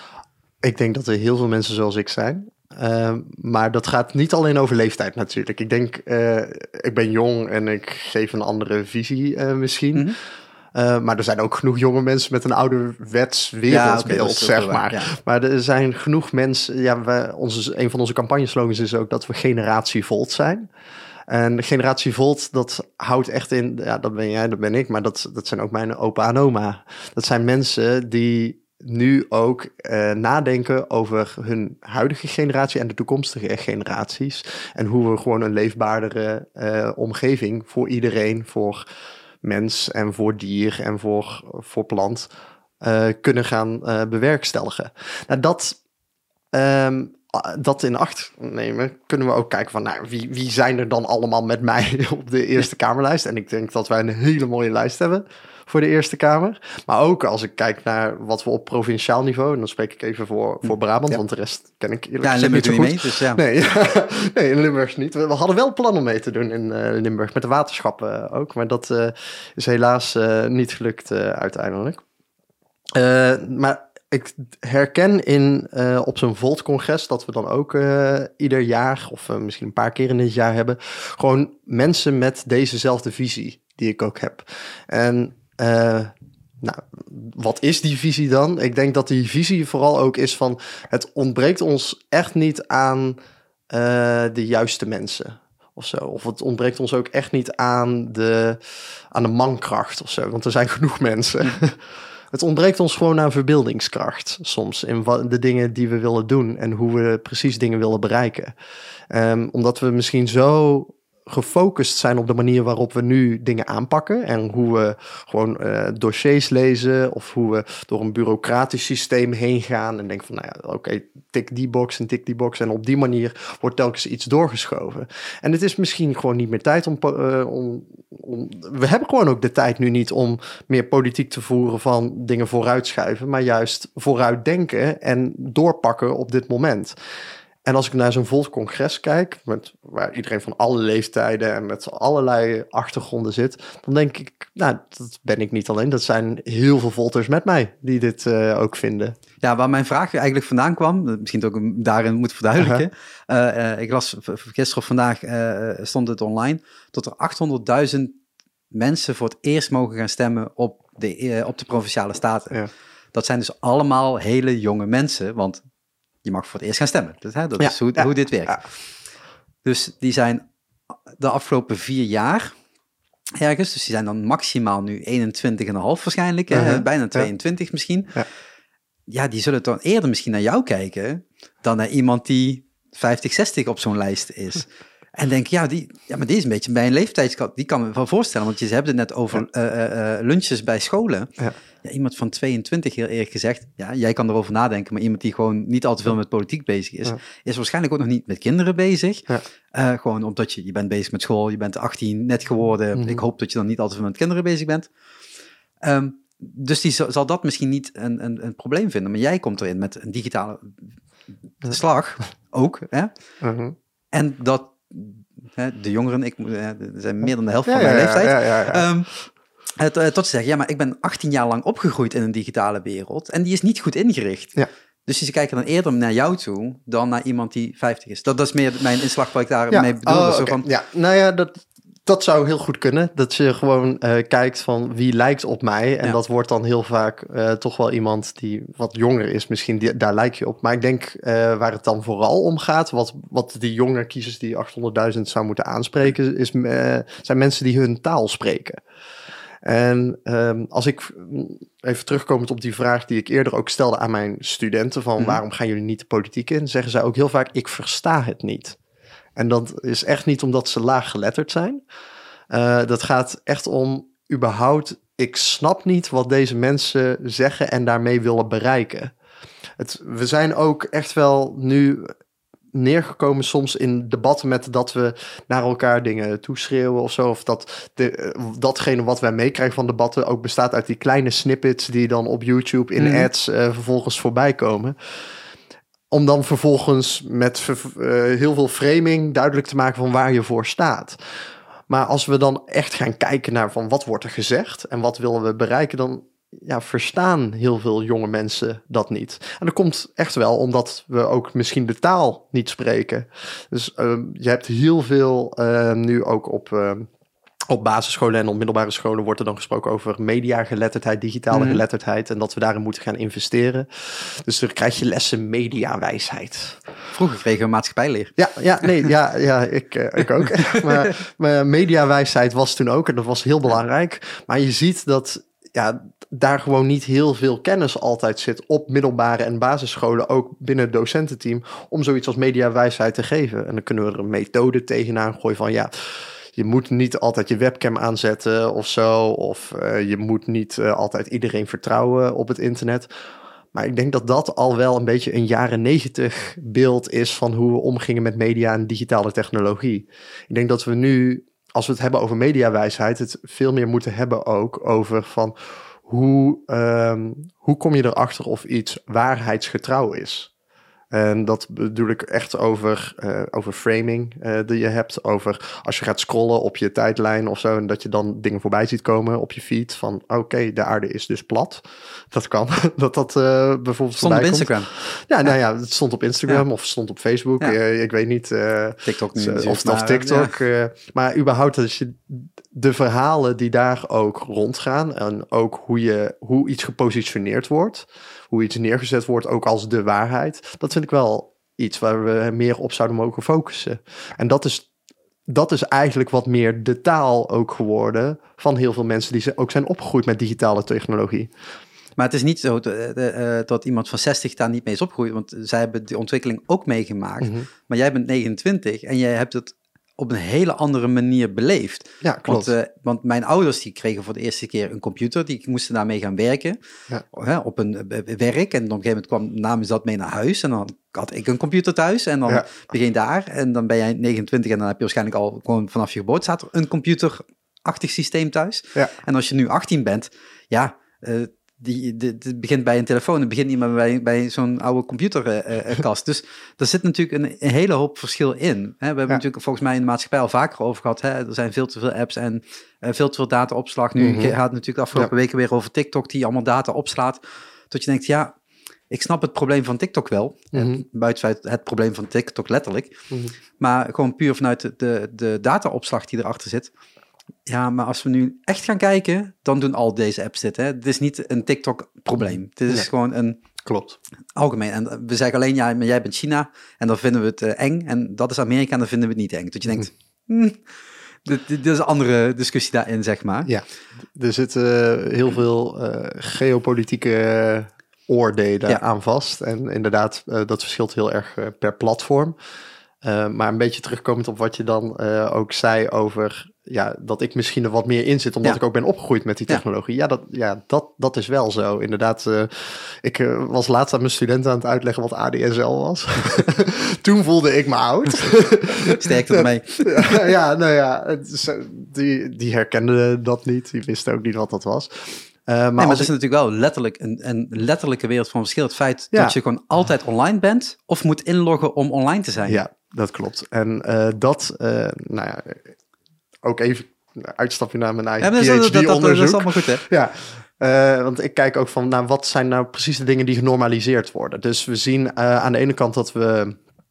Ik denk dat er heel veel mensen zoals ik zijn. Uh, maar dat gaat niet alleen over leeftijd natuurlijk. Ik denk, uh, ik ben jong en ik geef een andere visie uh, misschien. Mm-hmm. Uh, maar er zijn ook genoeg jonge mensen met een ouderwets wereldbeeld, ja, okay, zeg maar. Waar, ja. Maar er zijn genoeg mensen... Ja, we, onze, een van onze campagneslogans is ook dat we generatie Volt zijn. En generatie Volt, dat houdt echt in... Ja, dat ben jij, dat ben ik, maar dat, dat zijn ook mijn opa en oma. Dat zijn mensen die nu ook uh, nadenken over hun huidige generatie en de toekomstige generaties. En hoe we gewoon een leefbaardere uh, omgeving voor iedereen, voor mens en voor dier en voor, voor plant uh, kunnen gaan uh, bewerkstelligen. Nou, dat... Um, dat in acht nemen, kunnen we ook kijken van... nou, wie, wie zijn er dan allemaal met mij op de Eerste Kamerlijst? En ik denk dat wij een hele mooie lijst hebben voor de Eerste Kamer. Maar ook als ik kijk naar wat we op provinciaal niveau... en dan spreek ik even voor, voor Brabant, ja. want de rest ken ik eerlijk gezegd niet zo goed. Mee, dus ja. Nee, ja, nee, in Limburg niet. We hadden wel plannen mee te doen in uh, Limburg, met de waterschappen ook. Maar dat uh, is helaas uh, niet gelukt uh, uiteindelijk. Uh, maar... Ik herken in, uh, op zo'n Volt-congres dat we dan ook uh, ieder jaar... of uh, misschien een paar keer in dit jaar hebben... gewoon mensen met dezezelfde visie die ik ook heb. En uh, nou, wat is die visie dan? Ik denk dat die visie vooral ook is van... het ontbreekt ons echt niet aan uh, de juiste mensen... of zo. Of het ontbreekt ons ook echt niet aan de, aan de mankracht of zo. Want er zijn genoeg mensen... Het ontbreekt ons gewoon aan verbeeldingskracht soms in de dingen die we willen doen en hoe we precies dingen willen bereiken. Um, omdat we misschien zo gefocust zijn op de manier waarop we nu dingen aanpakken en hoe we gewoon uh, dossiers lezen of hoe we door een bureaucratisch systeem heen gaan en denken van, nou ja, oké, okay, tik die box en tik die box en op die manier wordt telkens iets doorgeschoven. En het is misschien gewoon niet meer tijd om, uh, om, om... We hebben gewoon ook de tijd nu niet om meer politiek te voeren van dingen vooruitschuiven, maar juist vooruitdenken en doorpakken op dit moment. En als ik naar zo'n Volt-congres kijk, met, waar iedereen van alle leeftijden en met allerlei achtergronden zit, dan denk ik, nou, dat ben ik niet alleen. Dat zijn heel veel Volters met mij die dit uh, ook vinden. Ja, waar mijn vraag eigenlijk vandaan kwam, misschien ook daarin moet verduidelijken. Uh-huh. Uh, uh, ik las gisteren of vandaag, uh, stond het online, dat er achthonderdduizend mensen voor het eerst mogen gaan stemmen op de, uh, op de Provinciale Staten. Ja. Dat zijn dus allemaal hele jonge mensen, want je mag voor het eerst gaan stemmen. Dus, hè, dat ja, is hoe, ja, hoe dit werkt. Ja. Dus die zijn de afgelopen vier jaar ergens. Dus die zijn dan maximaal nu eenentwintig komma vijf waarschijnlijk. Uh-huh. Hè, bijna tweeëntwintig ja. misschien. Ja. ja, die zullen dan eerder misschien naar jou kijken dan naar iemand die vijftig, zestig op zo'n lijst is. En denk, ja, die, ja, maar die is een beetje bij een leeftijdskat. Die kan me wel voorstellen, want je hebt het net over ja. uh, uh, lunches bij scholen. Ja. Ja, iemand van tweeëntwintig, heel eerlijk gezegd, ja, jij kan erover nadenken, maar iemand die gewoon niet al te veel met politiek bezig is, ja. is waarschijnlijk ook nog niet met kinderen bezig. Ja. Uh, gewoon omdat je, je bent bezig met school, je bent achttien net geworden. Mm-hmm. Ik hoop dat je dan niet al te veel met kinderen bezig bent. Um, dus die zal, zal dat misschien niet een, een, een probleem vinden. Maar jij komt erin met een digitale slag, ook. Hè? Mm-hmm. En dat de jongeren, ik, er zijn meer dan de helft ja, van mijn ja, leeftijd, ja, ja, ja. Um, tot te zeggen, ja, maar ik ben achttien jaar lang opgegroeid in een digitale wereld en die is niet goed ingericht. Ja. Dus ze kijken dan eerder naar jou toe dan naar iemand die vijftig is. Dat, dat is meer mijn inslag wat ik daarmee ja. bedoel. Oh, okay. van... Ja, nou ja, dat, dat zou heel goed kunnen. Dat je gewoon uh, kijkt van wie lijkt op mij. En ja. dat wordt dan heel vaak uh, toch wel iemand die wat jonger is. Misschien die, daar lijk je op. Maar ik denk uh, waar het dan vooral om gaat, wat, wat die jongere kiezers die achthonderdduizend zou moeten aanspreken, is, uh, zijn mensen die hun taal spreken. En um, als ik even terugkomend op die vraag die ik eerder ook stelde aan mijn studenten, van mm-hmm. waarom gaan jullie niet de politiek in, zeggen zij ook heel vaak, ik versta het niet. En dat is echt niet omdat ze laag geletterd zijn. Uh, dat gaat echt om überhaupt ik snap niet wat deze mensen zeggen en daarmee willen bereiken. Het, we zijn ook echt wel nu neergekomen soms in debatten met dat we naar elkaar dingen toeschreeuwen of zo. Of dat de, datgene wat wij meekrijgen van debatten ook bestaat uit die kleine snippets die dan op YouTube in mm. ads uh, vervolgens voorbij komen. Om dan vervolgens met uh, heel veel framing duidelijk te maken van waar je voor staat. Maar als we dan echt gaan kijken naar van wat wordt er gezegd en wat willen we bereiken, dan ja, verstaan heel veel jonge mensen dat niet. En dat komt echt wel omdat we ook misschien de taal niet spreken. Dus uh, je hebt heel veel uh, nu ook op... Uh, Op basisscholen en op middelbare scholen wordt er dan gesproken over mediageletterdheid, digitale mm. geletterdheid en dat we daarin moeten gaan investeren. Dus dan krijg je lessen mediawijsheid. Vroeger kregen we maatschappijleer. Ja, ja, nee, ja, ja ik, uh, ik ook. maar, maar mediawijsheid was toen ook en dat was heel belangrijk. Maar je ziet dat ja, daar gewoon niet heel veel kennis altijd zit op middelbare en basisscholen, ook binnen het docententeam, om zoiets als mediawijsheid te geven. En dan kunnen we er een methode tegenaan gooien van ja, je moet niet altijd je webcam aanzetten of zo. Of uh, je moet niet uh, altijd iedereen vertrouwen op het internet. Maar ik denk dat dat al wel een beetje een jaren negentig beeld is van hoe we omgingen met media en digitale technologie. Ik denk dat we nu, als we het hebben over mediawijsheid, het veel meer moeten hebben ook over van hoe, um, hoe kom je erachter of iets waarheidsgetrouw is. En dat bedoel ik echt over, uh, over framing uh, die je hebt. Over als je gaat scrollen op je tijdlijn of zo. En dat je dan dingen voorbij ziet komen op je feed. Van oké, okay, de aarde is dus plat. Dat kan. dat dat uh, bijvoorbeeld stond op Instagram. Ja, nou ja, het stond op Instagram ja. of stond op Facebook. Ja. Uh, ik weet niet. Uh, TikTok niet. Of, of, of TikTok. Ja. Uh, maar überhaupt als je de verhalen die daar ook rondgaan. En ook hoe, je, hoe iets gepositioneerd wordt. Hoe iets neergezet wordt, ook als de waarheid. Dat vind ik wel iets waar we meer op zouden mogen focussen. En dat is, dat is eigenlijk wat meer de taal ook geworden van heel veel mensen die ook zijn opgegroeid met digitale technologie. Maar het is niet zo dat iemand van zestig daar niet mee is opgegroeid, want zij hebben die ontwikkeling ook meegemaakt. Mm-hmm. Maar jij bent negenentwintig en jij hebt het op een hele andere manier beleefd. Ja, klopt. Want, uh, want mijn ouders die kregen voor de eerste keer een computer, die moesten daarmee gaan werken, ja. hè, op een uh, werk. En op een gegeven moment kwam, namen ze dat mee naar huis en dan had ik een computer thuis en dan ja. begin daar en dan ben jij negenentwintig en dan heb je waarschijnlijk al gewoon vanaf je geboorte staat er een computerachtig systeem thuis. Ja. En als je nu achttien bent, ja, uh, Die, die, die begint bij een telefoon, het begint niet meer bij, bij zo'n oude computerkast. Uh, dus er zit natuurlijk een, een hele hoop verschil in. Hè? We hebben ja. natuurlijk volgens mij in de maatschappij al vaker over gehad. Hè? Er zijn veel te veel apps en uh, veel te veel dataopslag. Nu mm-hmm. gaat het natuurlijk de afgelopen ja. weken weer over TikTok, die allemaal data opslaat. Dat je denkt, ja, ik snap het probleem van TikTok wel. Mm-hmm. Buiten het, het probleem van TikTok letterlijk. Mm-hmm. Maar gewoon puur vanuit de, de, de dataopslag die erachter zit. Ja, maar als we nu echt gaan kijken, dan doen al deze apps dit. Hè? Het is niet een TikTok-probleem. Het is nee. gewoon een... Klopt. Algemeen. En we zeggen alleen, ja, maar jij bent China en dan vinden we het uh, eng. En dat is Amerika en dan vinden we het niet eng. Dat je denkt, mm. Hmm, dit, dit is een andere discussie daarin, zeg maar. Ja, er zitten uh, heel veel uh, geopolitieke oordelen ja. aan vast. En inderdaad, uh, dat verschilt heel erg uh, per platform. Uh, maar een beetje terugkomend op wat je dan uh, ook zei over... Ja, dat ik misschien er wat meer in zit, omdat ja. ik ook ben opgegroeid met die technologie. Ja, ja, dat, ja dat, dat is wel zo. Inderdaad, uh, ik uh, was laatst aan mijn studenten aan het uitleggen wat A D S L was. Toen voelde ik me oud. Sterkte ermee. ja, nou ja, het, die, die herkenden dat niet. Die wisten ook niet wat dat was. Uh, maar nee, maar het is ik... natuurlijk wel letterlijk een, een letterlijke wereld van verschil. Het feit ja. dat je gewoon altijd online bent of moet inloggen om online te zijn. Ja, dat klopt. En uh, dat, uh, nou ja... Ook even een uitstapje naar mijn eigen ja, P H D-onderzoek. Dat, dat, dat is allemaal goed, hè? Ja, uh, want ik kijk ook van, nou, wat zijn nou precies de dingen die genormaliseerd worden? Dus we zien uh, aan de ene kant dat we...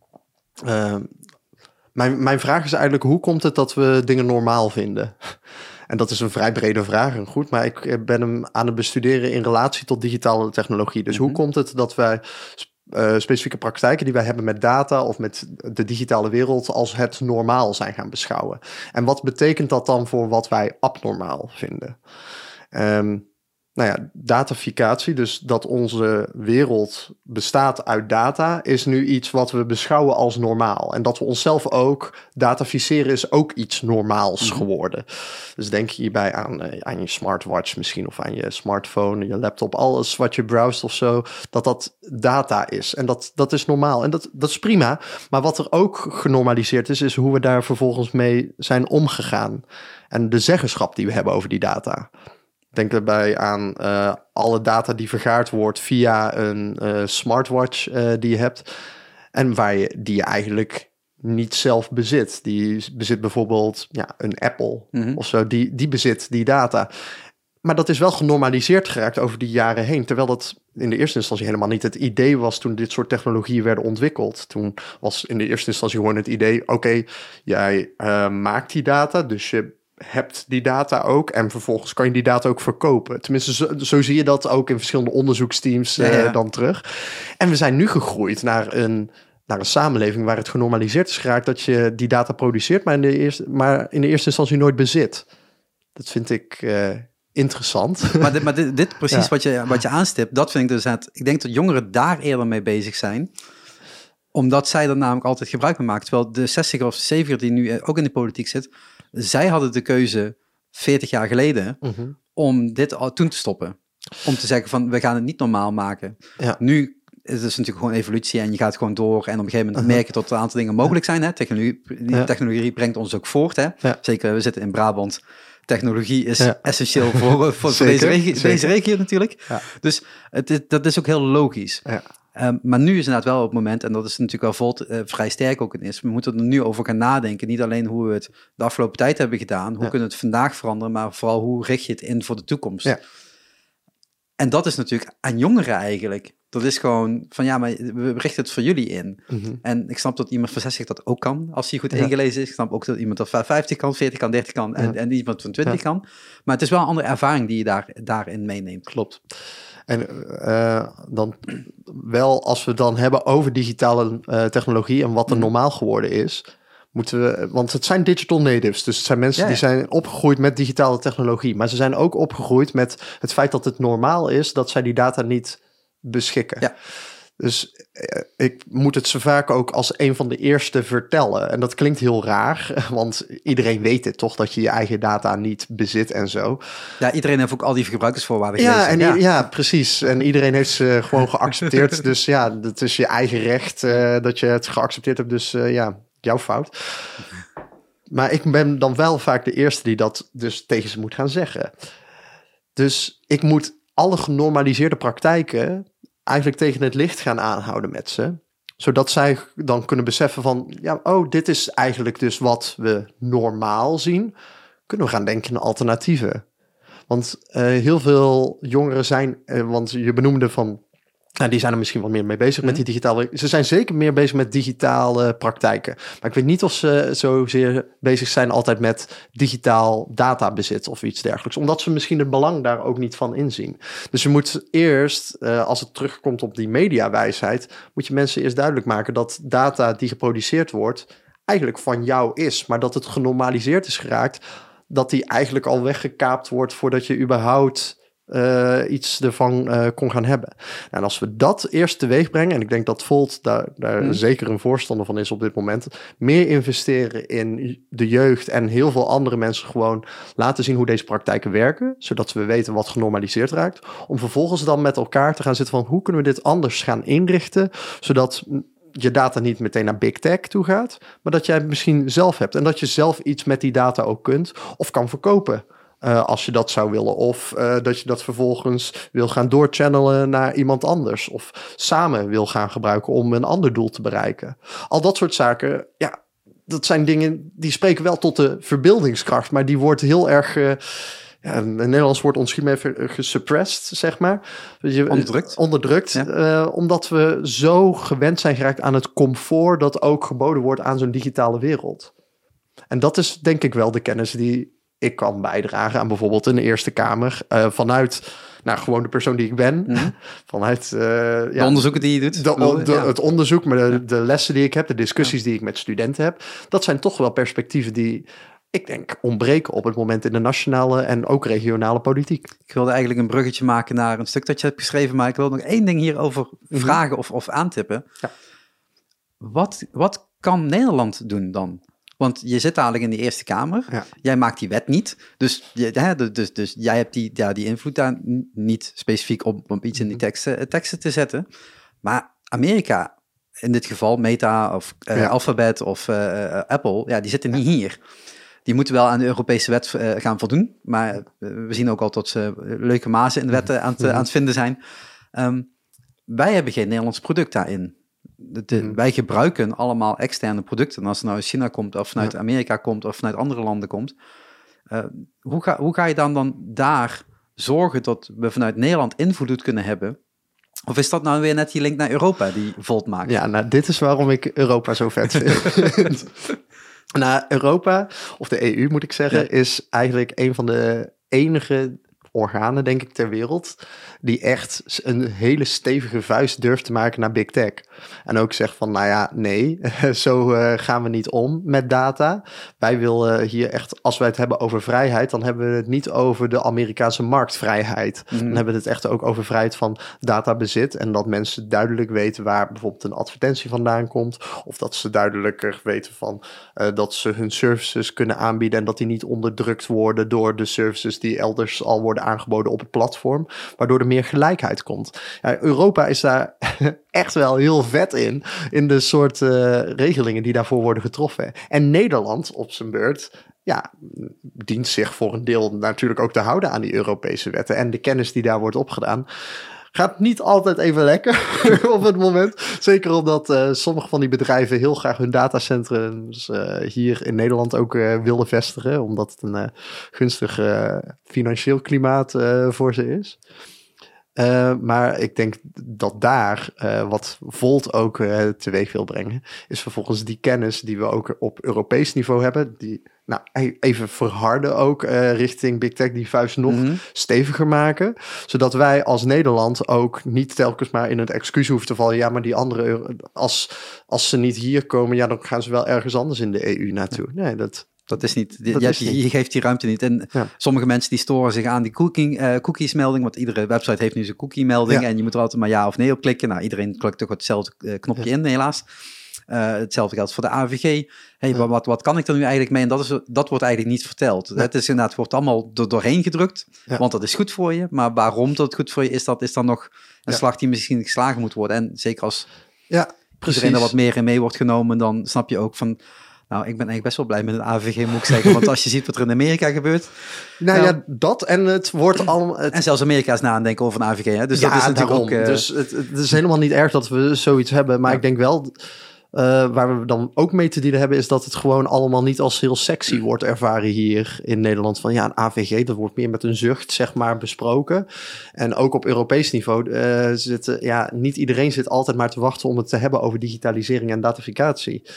Uh, mijn, mijn vraag is eigenlijk, hoe komt het dat we dingen normaal vinden? En dat is een vrij brede vraag, en goed, maar ik ben hem aan het bestuderen in relatie tot digitale technologie. Dus mm-hmm. hoe komt het dat wij... Uh, specifieke praktijken die wij hebben met data of met de digitale wereld als het normaal zijn gaan beschouwen. En wat betekent dat dan voor wat wij abnormaal vinden? Um, nou ja, dataficatie, dus dat onze wereld bestaat uit data, is nu iets wat we beschouwen als normaal. En dat we onszelf ook dataficeren is ook iets normaals mm-hmm. geworden. Dus denk hierbij aan, uh, aan je smartwatch misschien, of aan je smartphone, je laptop, alles wat je browst of zo, dat dat data is. En dat, dat is normaal. En dat, dat is prima. Maar wat er ook genormaliseerd is, is hoe we daar vervolgens mee zijn omgegaan. En de zeggenschap die we hebben over die data. Denk daarbij aan uh, alle data die vergaard wordt via een uh, smartwatch uh, die je hebt. En waar je, die je eigenlijk niet zelf bezit. Die bezit bijvoorbeeld ja, een Apple mm-hmm. of zo. Die, die bezit die data. Maar dat is wel genormaliseerd geraakt over die jaren heen. Terwijl dat in de eerste instantie helemaal niet het idee was toen dit soort technologieën werden ontwikkeld. Toen was in de eerste instantie gewoon het idee, oké, okay, jij uh, maakt die data, dus je hebt die data ook en vervolgens kan je die data ook verkopen. Tenminste, zo, zo zie je dat ook in verschillende onderzoeksteams uh, ja, ja. dan terug. En we zijn nu gegroeid naar een, naar een samenleving waar het genormaliseerd is geraakt dat je die data produceert, maar in de eerste, maar in de eerste instantie nooit bezit. Dat vind ik uh, interessant. Maar dit, maar dit, dit precies ja. wat, je, wat je aanstipt, dat vind ik dus het. Ik denk dat jongeren daar eerder mee bezig zijn, omdat zij er namelijk altijd gebruik van maken. Terwijl de zestiger of zeventiger die nu ook in de politiek zit, zij hadden de keuze veertig jaar geleden mm-hmm. om dit al toen te stoppen. Om te zeggen van, we gaan het niet normaal maken. Ja. Nu is het natuurlijk gewoon evolutie en je gaat gewoon door. En op een gegeven moment uh-huh. merk je dat een aantal dingen mogelijk zijn. Hè? Technologie, die ja. technologie brengt ons ook voort. Hè? Ja. Zeker, we zitten in Brabant. Technologie is ja. essentieel voor, voor, voor deze, regio, deze regio natuurlijk. Ja. Dus het is, dat is ook heel logisch. Ja. Um, maar nu is het inderdaad wel op het moment, en dat is natuurlijk wel Volt uh, vrij sterk ook in is, we moeten er nu over gaan nadenken. Niet alleen hoe we het de afgelopen tijd hebben gedaan, hoe ja. kunnen we het vandaag veranderen, maar vooral hoe richt je het in voor de toekomst. Ja. En dat is natuurlijk aan jongeren eigenlijk. Dat is gewoon van, ja, maar we richten het voor jullie in. Mm-hmm. En ik snap dat iemand van zestig dat ook kan, als hij goed ja. ingelezen is. Ik snap ook dat iemand van vijftig kan, veertig kan, dertig kan en, ja. en iemand van twintig ja. kan. Maar het is wel een andere ervaring die je daar, daarin meeneemt. Klopt. En uh, dan wel, als we het dan hebben over digitale uh, technologie en wat er mm. normaal geworden is, moeten we, want het zijn digital natives, dus het zijn mensen ja, ja. die zijn opgegroeid met digitale technologie, maar ze zijn ook opgegroeid met het feit dat het normaal is dat zij die data niet beschikken. Ja. Dus ik moet het zo vaak ook als een van de eerste vertellen. En dat klinkt heel raar, want iedereen weet het toch, dat je je eigen data niet bezit en zo. Ja, iedereen heeft ook al die gebruikersvoorwaarden ja, gelezen. En ja, ja, precies. En iedereen heeft ze gewoon geaccepteerd. Dus ja, dat is je eigen recht uh, dat je het geaccepteerd hebt. Dus uh, ja, jouw fout. Maar ik ben dan wel vaak de eerste die dat dus tegen ze moet gaan zeggen. Dus ik moet alle genormaliseerde praktijken eigenlijk tegen het licht gaan aanhouden met ze. Zodat zij dan kunnen beseffen van, ja, oh, dit is eigenlijk dus wat we normaal zien. Kunnen we gaan denken aan alternatieven. Want uh, heel veel jongeren zijn, uh, want je benoemde van, nou, die zijn er misschien wel meer mee bezig mm. met die digitale. Ze zijn zeker meer bezig met digitale praktijken. Maar ik weet niet of ze zozeer bezig zijn altijd met digitaal databezit of iets dergelijks. Omdat ze misschien het belang daar ook niet van inzien. Dus je moet eerst, uh, als het terugkomt op die mediawijsheid, moet je mensen eerst duidelijk maken dat data die geproduceerd wordt eigenlijk van jou is. Maar dat het genormaliseerd is geraakt, dat die eigenlijk al weggekaapt wordt voordat je überhaupt Uh, iets ervan uh, kon gaan hebben. En als we dat eerst teweeg brengen, en ik denk dat Volt daar, daar mm. zeker een voorstander van is op dit moment, meer investeren in de jeugd en heel veel andere mensen gewoon laten zien hoe deze praktijken werken, zodat we weten wat genormaliseerd raakt, om vervolgens dan met elkaar te gaan zitten van hoe kunnen we dit anders gaan inrichten, zodat je data niet meteen naar big tech toe gaat, maar dat jij het misschien zelf hebt en dat je zelf iets met die data ook kunt of kan verkopen. Uh, als je dat zou willen. Of uh, dat je dat vervolgens wil gaan doorchannelen naar iemand anders. Of samen wil gaan gebruiken om een ander doel te bereiken. Al dat soort zaken, ja, dat zijn dingen die spreken wel tot de verbeeldingskracht. Maar die wordt heel erg, uh, ja, een Nederlands woord ontschiet me even, gesuppressed, zeg maar. Je, onderdrukt. Onderdrukt, ja. uh, omdat we zo gewend zijn geraakt aan het comfort dat ook geboden wordt aan zo'n digitale wereld. En dat is denk ik wel de kennis die ik kan bijdragen aan bijvoorbeeld een Eerste Kamer. Uh, vanuit, nou, gewoon de persoon die ik ben. Mm-hmm. Vanuit uh, de ja, onderzoeken die je doet. De, de, ja. Het onderzoek, maar de, de lessen die ik heb, de discussies ja. die ik met studenten heb. Dat zijn toch wel perspectieven die ik denk, ontbreken op het moment in de nationale en ook regionale politiek. Ik wilde eigenlijk een bruggetje maken naar een stuk dat je hebt geschreven, maar ik wil nog één ding hierover mm-hmm. vragen of, of aantippen. Ja. Wat, wat kan Nederland doen dan? Want je zit dadelijk in de Eerste Kamer. Ja. Jij maakt die wet niet. Dus, je, hè, dus, dus jij hebt die, ja, die invloed daar niet specifiek op om iets in die teksten, teksten te zetten. Maar Amerika, in dit geval Meta of uh, ja. Alphabet of uh, Apple, ja, die zitten niet hier. Die moeten wel aan de Europese wet uh, gaan voldoen. Maar uh, we zien ook al dat ze leuke mazen in de wetten aan, aan het vinden zijn. Um, wij hebben geen Nederlands product daarin. De, de, mm. Wij gebruiken allemaal externe producten. En als het nou uit China komt, of vanuit ja. Amerika komt, of vanuit andere landen komt. Uh, hoe, ga, hoe ga je dan, dan daar zorgen dat we vanuit Nederland invloed kunnen hebben? Of is dat nou weer net die link naar Europa die Volt maakt? Ja, nou, dit is waarom ik Europa zo vet vind. Nou, Europa, of de E U moet ik zeggen, ja. is eigenlijk een van de enige organen, denk ik, ter wereld, die echt een hele stevige vuist durft te maken naar Big Tech. En ook zegt van, nou ja, nee, zo uh, gaan we niet om met data. Wij willen hier echt, als wij het hebben over vrijheid, dan hebben we het niet over de Amerikaanse marktvrijheid. Mm. Dan hebben we het echt ook over vrijheid van databezit en dat mensen duidelijk weten waar bijvoorbeeld een advertentie vandaan komt, of dat ze duidelijker weten van uh, dat ze hun services kunnen aanbieden en dat die niet onderdrukt worden door de services die elders al worden aangeboden op het platform, waardoor er meer gelijkheid komt. Ja, Europa is daar echt wel heel vet in, in de soort uh, regelingen die daarvoor worden getroffen. En Nederland op zijn beurt, ja, dient zich voor een deel natuurlijk ook te houden aan die Europese wetten en de kennis die daar wordt opgedaan. Gaat niet altijd even lekker op het moment. Zeker omdat uh, sommige van die bedrijven heel graag hun datacentrums uh, hier in Nederland ook uh, willen vestigen. Omdat het een uh, gunstig uh, financieel klimaat uh, voor ze is. Uh, maar ik denk dat daar uh, wat Volt ook uh, teweeg wil brengen, is vervolgens die kennis die we ook op Europees niveau hebben, die nou even verharden ook uh, richting Big Tech, die vuist nog mm-hmm. steviger maken, zodat wij als Nederland ook niet telkens maar in het excuus hoeven te vallen, ja, maar die andere, als, als ze niet hier komen, ja, dan gaan ze wel ergens anders in de E U naartoe. Nee, dat... Dat is niet, dat je, is niet. Je geeft die ruimte niet. En ja. sommige mensen die storen zich aan die cookie, uh, cookies-melding, want iedere website heeft nu zijn cookie-melding ja. en je moet er altijd maar ja of nee op klikken. Nou, iedereen klikt toch hetzelfde uh, knopje ja. in, helaas. Uh, hetzelfde geldt voor de A V G. Hey, ja. wat, wat kan ik er nu eigenlijk mee? En dat, is, dat wordt eigenlijk niet verteld. Ja. Het is inderdaad, wordt allemaal er doorheen gedrukt, ja. want dat is goed voor je. Maar waarom dat goed voor je is, dat is dan nog een ja. slag die misschien geslagen moet worden. En zeker als ja, iedereen er wat meer in mee wordt genomen, dan snap je ook van... Nou, ik ben eigenlijk best wel blij met een A V G, moet ik zeggen. Want als je ziet wat er in Amerika gebeurt... Nou, nou ja, dat en het wordt allemaal... Het... En zelfs Amerika is na aan denken over een A V G, hè? Dus ja, dat is natuurlijk daarom. ook... Uh... Dus het, het is helemaal niet erg dat we zoiets hebben. Maar ja. ik denk wel... Uh, waar we dan ook mee te dienen hebben, is dat het gewoon allemaal niet als heel sexy wordt ervaren hier in Nederland. Van ja, een A V G, dat wordt meer met een zucht, zeg maar, besproken. En ook op Europees niveau uh, zit... Ja, niet iedereen zit altijd maar te wachten om het te hebben over digitalisering en dataficatie.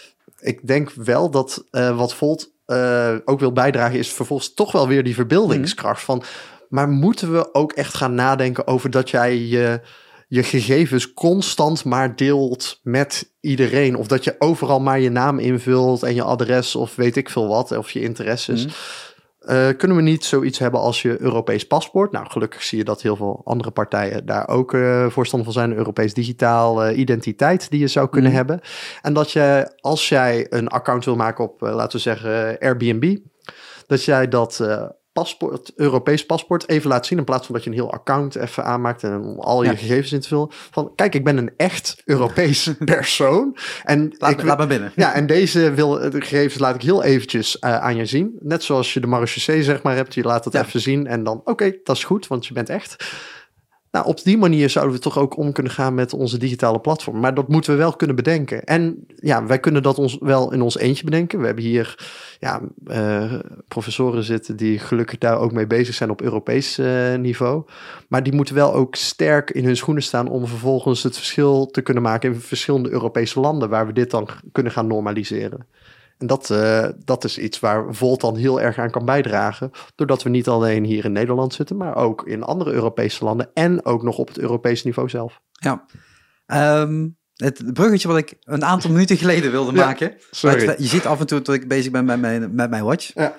Ik denk wel dat uh, wat Volt uh, ook wil bijdragen is vervolgens toch wel weer die verbeeldingskracht mm. van... Maar moeten we ook echt gaan nadenken over dat jij je, je gegevens constant maar deelt met iedereen? Of dat je overal maar je naam invult en je adres of weet ik veel wat, of je interesses... Mm. Uh, kunnen we niet zoiets hebben als je Europees paspoort? Nou, gelukkig zie je dat heel veel andere partijen daar ook uh, voorstander van zijn. Een Europees digitaal uh, identiteit die je zou kunnen mm. hebben. En dat je, als jij een account wil maken op, uh, laten we zeggen, uh, Airbnb, dat jij dat uh, paspoort, Europees paspoort even laat zien, in plaats van dat je een heel account even aanmaakt en om al je ja. gegevens in te vullen. Van, kijk, ik ben een echt Europees persoon. En laat, ik, me, laat me binnen. Ja, en deze wil, de gegevens laat ik heel eventjes uh, aan je zien. Net zoals je de marechaussee, zeg maar, hebt. Je laat het ja. even zien en dan, oké, okay, dat is goed, want je bent echt. Nou, op die manier zouden we toch ook om kunnen gaan met onze digitale platform. Maar dat moeten we wel kunnen bedenken. En ja, wij kunnen dat ons wel in ons eentje bedenken. We hebben hier ja, uh, professoren zitten die gelukkig daar ook mee bezig zijn op Europees uh, niveau. Maar die moeten wel ook sterk in hun schoenen staan om vervolgens het verschil te kunnen maken in verschillende Europese landen waar we dit dan kunnen gaan normaliseren. En dat, uh, dat is iets waar Volt dan heel erg aan kan bijdragen. Doordat we niet alleen hier in Nederland zitten, maar ook in andere Europese landen. En ook nog op het Europese niveau zelf. Ja, um, het bruggetje wat ik een aantal minuten geleden wilde ja, maken. Sorry. Het, je ziet af en toe dat ik bezig ben met mijn, met mijn watch. Ja.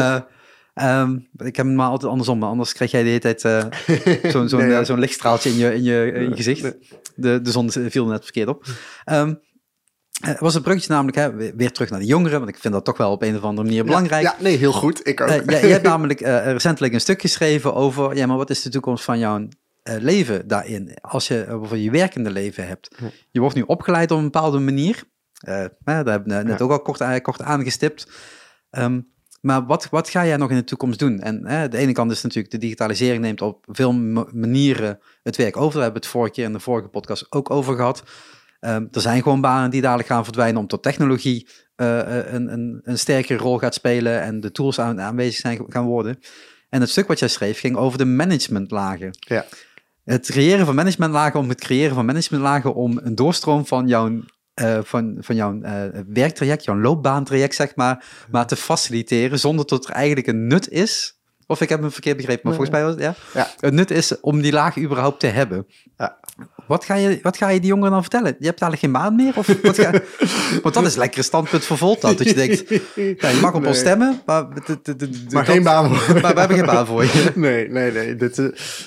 uh, um, ik heb hem maar altijd andersom, maar anders krijg jij de hele tijd uh, zo'n zo'n nee, ja. uh, zo'n lichtstraaltje in je, in je, in je gezicht. Nee. De, de zon viel net verkeerd op. Um, Het was een bruggetje namelijk, hè, weer terug naar de jongeren, want ik vind dat toch wel op een of andere manier belangrijk. Ja, ja nee, heel goed. Ik ook. Uh, je, je hebt namelijk uh, recentelijk een stuk geschreven over, ja, maar wat is de toekomst van jouw uh, leven daarin? Als je over je werkende leven hebt. Je wordt nu opgeleid op een bepaalde manier. Uh, hè, daar hebben we net ja. ook al kort, uh, kort aangestipt. Um, maar wat, wat ga jij nog in de toekomst doen? En hè, de ene kant is natuurlijk, de digitalisering neemt op veel m- manieren het werk over. Daar hebben we het vorige keer in de vorige podcast ook over gehad. Um, er zijn gewoon banen die dadelijk gaan verdwijnen omdat technologie uh, een, een, een sterkere rol gaat spelen en de tools aan, aanwezig zijn gaan worden. En het stuk wat jij schreef ging over de managementlagen. Ja. Het creëren van managementlagen om het creëren van managementlagen om een doorstroom van jouw, uh, van, van jouw uh, werktraject, jouw loopbaantraject zeg maar, maar te faciliteren zonder dat er eigenlijk een nut is. Of ik heb hem verkeerd begrepen, maar volgens mij was het, ja. ja. Het nut is om die laag überhaupt te hebben. Ja. Wat ga, je, wat ga je die jongeren dan vertellen? Je hebt eigenlijk geen baan meer? Of wat ga, want dat is een lekkere standpunt voor Volta. Dat je denkt, ja, je mag op nee. ons stemmen, maar... De, de, de, de, maar geen baan voor Maar we hebben geen baan voor je. Nee, nee, nee. Dit,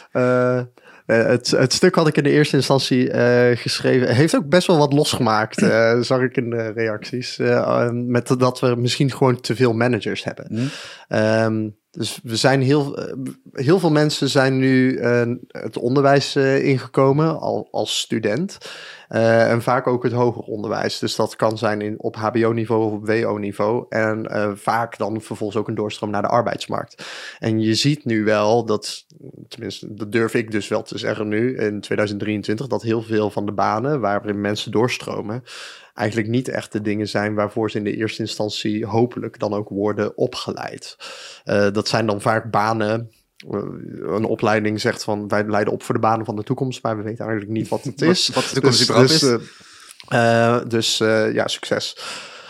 uh, het, het stuk had ik in de eerste instantie uh, geschreven. Heeft ook best wel wat losgemaakt, uh, zag ik in de reacties. Uh, met dat we misschien gewoon te veel managers hebben. Mm. Um, Dus we zijn heel, heel veel mensen zijn nu uh, het onderwijs uh, ingekomen al, als student. Uh, en vaak ook het hoger onderwijs. Dus dat kan zijn in, op H B O-niveau of op W O-niveau. En uh, vaak dan vervolgens ook een doorstroom naar de arbeidsmarkt. En je ziet nu wel dat, tenminste dat durf ik dus wel te zeggen nu in tweeduizend drieëntwintig... dat heel veel van de banen waarin mensen doorstromen eigenlijk niet echt de dingen zijn waarvoor ze in de eerste instantie hopelijk dan ook worden opgeleid. Uh, dat zijn dan vaak banen. Uh, een opleiding zegt van wij leiden op voor de banen van de toekomst, maar we weten eigenlijk niet wat het is. Wat, wat de toekomst dus, überhaupt dus, is. Uh, uh, dus uh, ja, succes.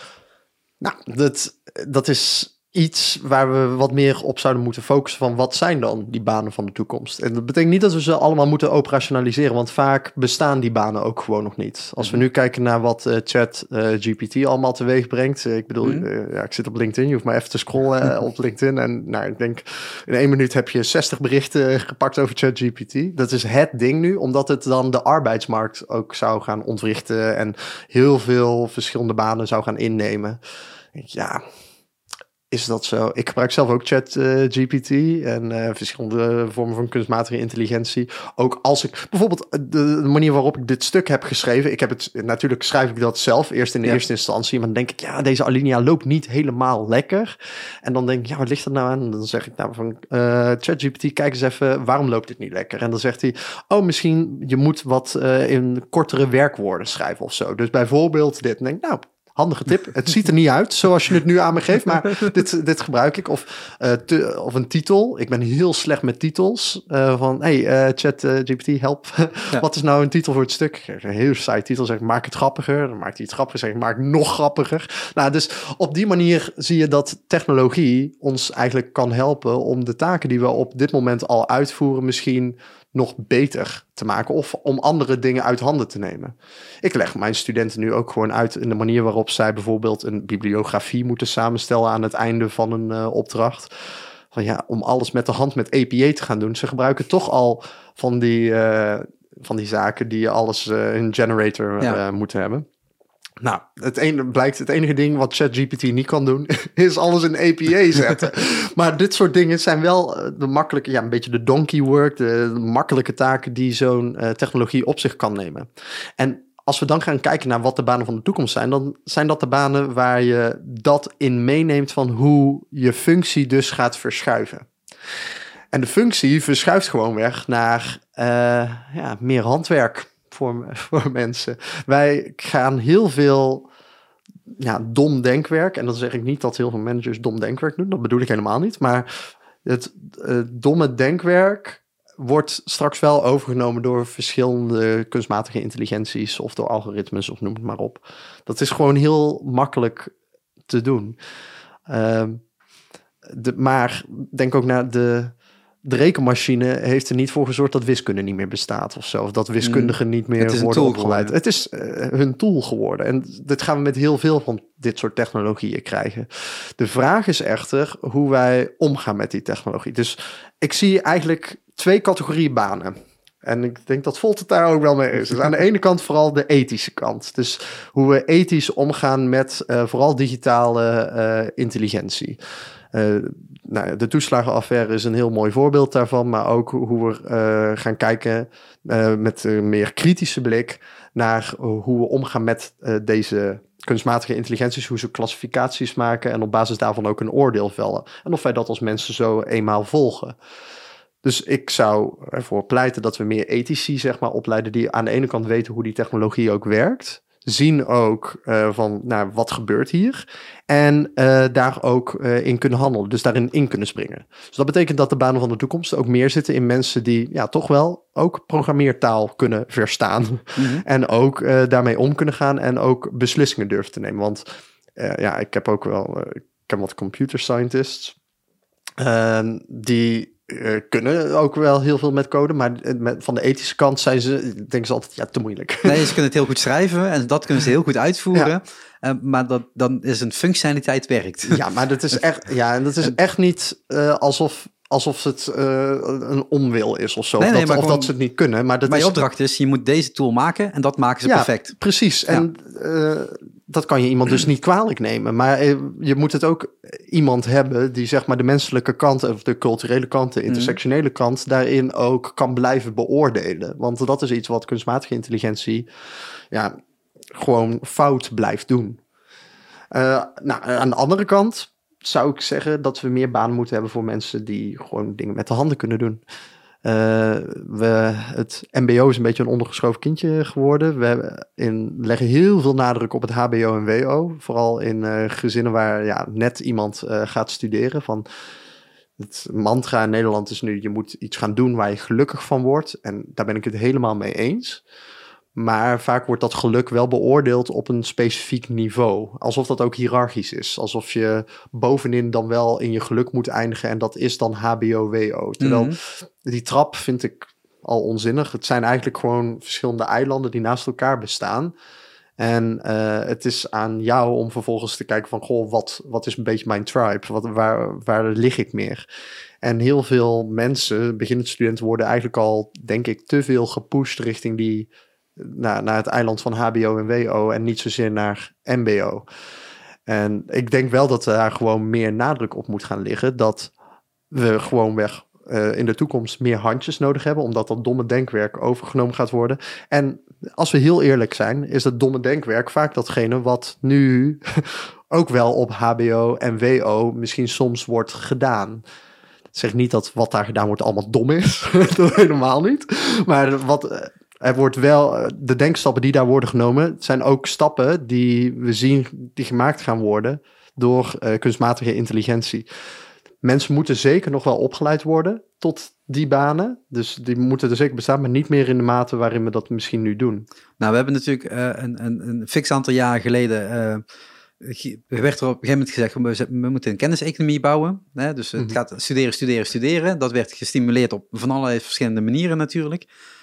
Nou, dat, dat is iets waar we wat meer op zouden moeten focussen van wat zijn dan die banen van de toekomst. En dat betekent niet dat we ze allemaal moeten operationaliseren, want vaak bestaan die banen ook gewoon nog niet. Als we nu kijken naar wat uh, Chat uh, G P T allemaal teweeg brengt. Uh, ik bedoel, mm. uh, ja, ik zit op LinkedIn, je hoeft maar even te scrollen uh, op LinkedIn en nou, ik denk in één minuut heb je zestig berichten gepakt over Chat G P T. Dat is het ding nu, omdat het dan de arbeidsmarkt ook zou gaan ontwrichten en heel veel verschillende banen zou gaan innemen. Ja, is dat zo? Ik gebruik zelf ook Chat uh, G P T en uh, verschillende vormen van kunstmatige intelligentie. Ook als ik bijvoorbeeld de, de manier waarop ik dit stuk heb geschreven. Ik heb het natuurlijk schrijf ik dat zelf eerst in de ja. eerste instantie, maar dan denk ik ja deze alinea loopt niet helemaal lekker. En dan denk ik ja wat ligt er nou aan? En dan zeg ik nou van uh, Chat G P T kijk eens even waarom loopt dit niet lekker? En dan zegt hij oh misschien je moet wat uh, in kortere werkwoorden schrijven of zo. Dus bijvoorbeeld dit. En denk ik nou. Handige tip. Het ziet er niet uit zoals je het nu aan me geeft, maar dit, dit gebruik ik. Of, uh, te, of een titel. Ik ben heel slecht met titels. Uh, van, hey, uh, Chat uh, G P T, help. Ja. Wat is nou een titel voor het stuk? Een heel saai titel. Zeg ik, maak het grappiger. Dan maakt hij het grappiger. Zeg ik, maak het nog grappiger. Nou, dus op die manier zie je dat technologie ons eigenlijk kan helpen om de taken die we op dit moment al uitvoeren misschien nog beter te maken of om andere dingen uit handen te nemen. Ik leg mijn studenten nu ook gewoon uit in de manier waarop zij bijvoorbeeld een bibliografie moeten samenstellen aan het einde van een uh, opdracht. Van ja, om alles met de hand met A P A te gaan doen. Ze gebruiken toch al van die, uh, van die zaken die je alles uh, in generator ja. uh, moeten hebben. Nou, het ene, blijkt het enige ding wat Chat G P T niet kan doen, is alles in A P A zetten. Maar dit soort dingen zijn wel de makkelijke, ja, een beetje de donkey work, de, de makkelijke taken die zo'n uh, technologie op zich kan nemen. En als we dan gaan kijken naar wat de banen van de toekomst zijn, dan zijn dat de banen waar je dat in meeneemt van hoe je functie dus gaat verschuiven. En de functie verschuift gewoon weg naar uh, ja, meer handwerk. Voor, voor mensen. Wij gaan heel veel ja, dom denkwerk. En dan zeg ik niet dat heel veel managers dom denkwerk doen. Dat bedoel ik helemaal niet. Maar het uh, domme denkwerk wordt straks wel overgenomen door verschillende kunstmatige intelligenties of door algoritmes of noem het maar op. Dat is gewoon heel makkelijk te doen. Uh, de, maar denk ook naar de... de rekenmachine heeft er niet voor gezorgd dat wiskunde niet meer bestaat of zo. Of dat wiskundigen niet meer worden opgeleid. Het is uh, hun tool geworden. En dit gaan we met heel veel van dit soort technologieën krijgen. De vraag is echter hoe wij omgaan met die technologie. Dus ik zie eigenlijk twee categorieën banen. En ik denk dat Volt het daar ook wel mee is. Dus aan de ene kant vooral de ethische kant. Dus hoe we ethisch omgaan met uh, vooral digitale uh, intelligentie. Uh, nou, de toeslagenaffaire is een heel mooi voorbeeld daarvan. Maar ook hoe we uh, gaan kijken uh, met een meer kritische blik naar hoe we omgaan met uh, deze kunstmatige intelligenties. Hoe ze klassificaties maken en op basis daarvan ook een oordeel vellen. En of wij dat als mensen zo eenmaal volgen. Dus ik zou ervoor pleiten dat we meer ethici, zeg maar, opleiden die aan de ene kant weten hoe die technologie ook werkt. Zien ook uh, van, nou, wat gebeurt hier? En uh, daar ook uh, in kunnen handelen. Dus daarin in kunnen springen. Dus dat betekent dat de banen van de toekomst ook meer zitten in mensen die ja, toch wel ook programmeertaal kunnen verstaan. Mm-hmm. En ook uh, daarmee om kunnen gaan en ook beslissingen durven te nemen. Want uh, ja, ik heb ook wel, uh, ik ken wat computer scientists. Uh, die... Uh, kunnen ook wel heel veel met code, maar met, van de ethische kant zijn ze, denken ze altijd, ja, te moeilijk. Nee, ze kunnen het heel goed schrijven en dat kunnen ze heel goed uitvoeren, ja. uh, maar dat, dan is een functionaliteit werkt. Ja, maar dat is echt, ja, en dat is echt niet uh, alsof, alsof het uh, een onwil is of zo, nee, of, nee, dat, of gewoon, dat ze het niet kunnen. Maar, dat maar is, je opdracht is, je moet deze tool maken en dat maken ze ja, perfect. Precies, en ja. uh, dat kan je iemand dus niet kwalijk nemen. Maar je moet het ook iemand hebben die zeg maar de menselijke kant of de culturele kant, de intersectionele kant daarin ook kan blijven beoordelen. Want dat is iets wat kunstmatige intelligentie ja, gewoon fout blijft doen. Uh, nou, aan de andere kant zou ik zeggen dat we meer baan moeten hebben voor mensen die gewoon dingen met de handen kunnen doen. Uh, we, het M B O is een beetje een ondergeschoven kindje geworden. We hebben in, leggen heel veel nadruk op het H B O en W O. Vooral in uh, gezinnen waar ja, net iemand uh, gaat studeren. Van het mantra in Nederland is nu, je moet iets gaan doen waar je gelukkig van wordt. En daar ben ik het helemaal mee eens. Maar vaak wordt dat geluk wel beoordeeld op een specifiek niveau. Alsof dat ook hiërarchisch is. Alsof je bovenin dan wel in je geluk moet eindigen. En dat is dan H B O W O. Terwijl mm-hmm. die trap vind ik al onzinnig. Het zijn eigenlijk gewoon verschillende eilanden die naast elkaar bestaan. En uh, het is aan jou om vervolgens te kijken van... goh, wat, wat is een beetje mijn tribe? Wat, waar, waar lig ik meer? En heel veel mensen, beginnend studenten, worden eigenlijk al, denk ik, te veel gepusht richting die... Naar, naar het eiland van H B O en W O en niet zozeer naar M B O. En ik denk wel dat daar gewoon meer nadruk op moet gaan liggen. Dat we gewoonweg uh, in de toekomst meer handjes nodig hebben, omdat dat domme denkwerk overgenomen gaat worden. En als we heel eerlijk zijn, is dat domme denkwerk vaak datgene wat nu ook wel op H B O en W O misschien soms wordt gedaan. Ik zeg niet dat wat daar gedaan wordt allemaal dom is. Dat helemaal niet. Maar wat... Er wordt wel, de denkstappen die daar worden genomen, zijn ook stappen die we zien, die gemaakt gaan worden door uh, kunstmatige intelligentie. Mensen moeten zeker nog wel opgeleid worden tot die banen. Dus die moeten er zeker bestaan, maar niet meer in de mate waarin we dat misschien nu doen. Nou, we hebben natuurlijk uh, een, een, een fix aantal jaren geleden... Uh... Er werd er op een gegeven moment gezegd, we, we moeten een kenniseconomie bouwen. Hè? Dus het mm-hmm. gaat studeren, studeren, studeren. Dat werd gestimuleerd op van allerlei verschillende manieren natuurlijk.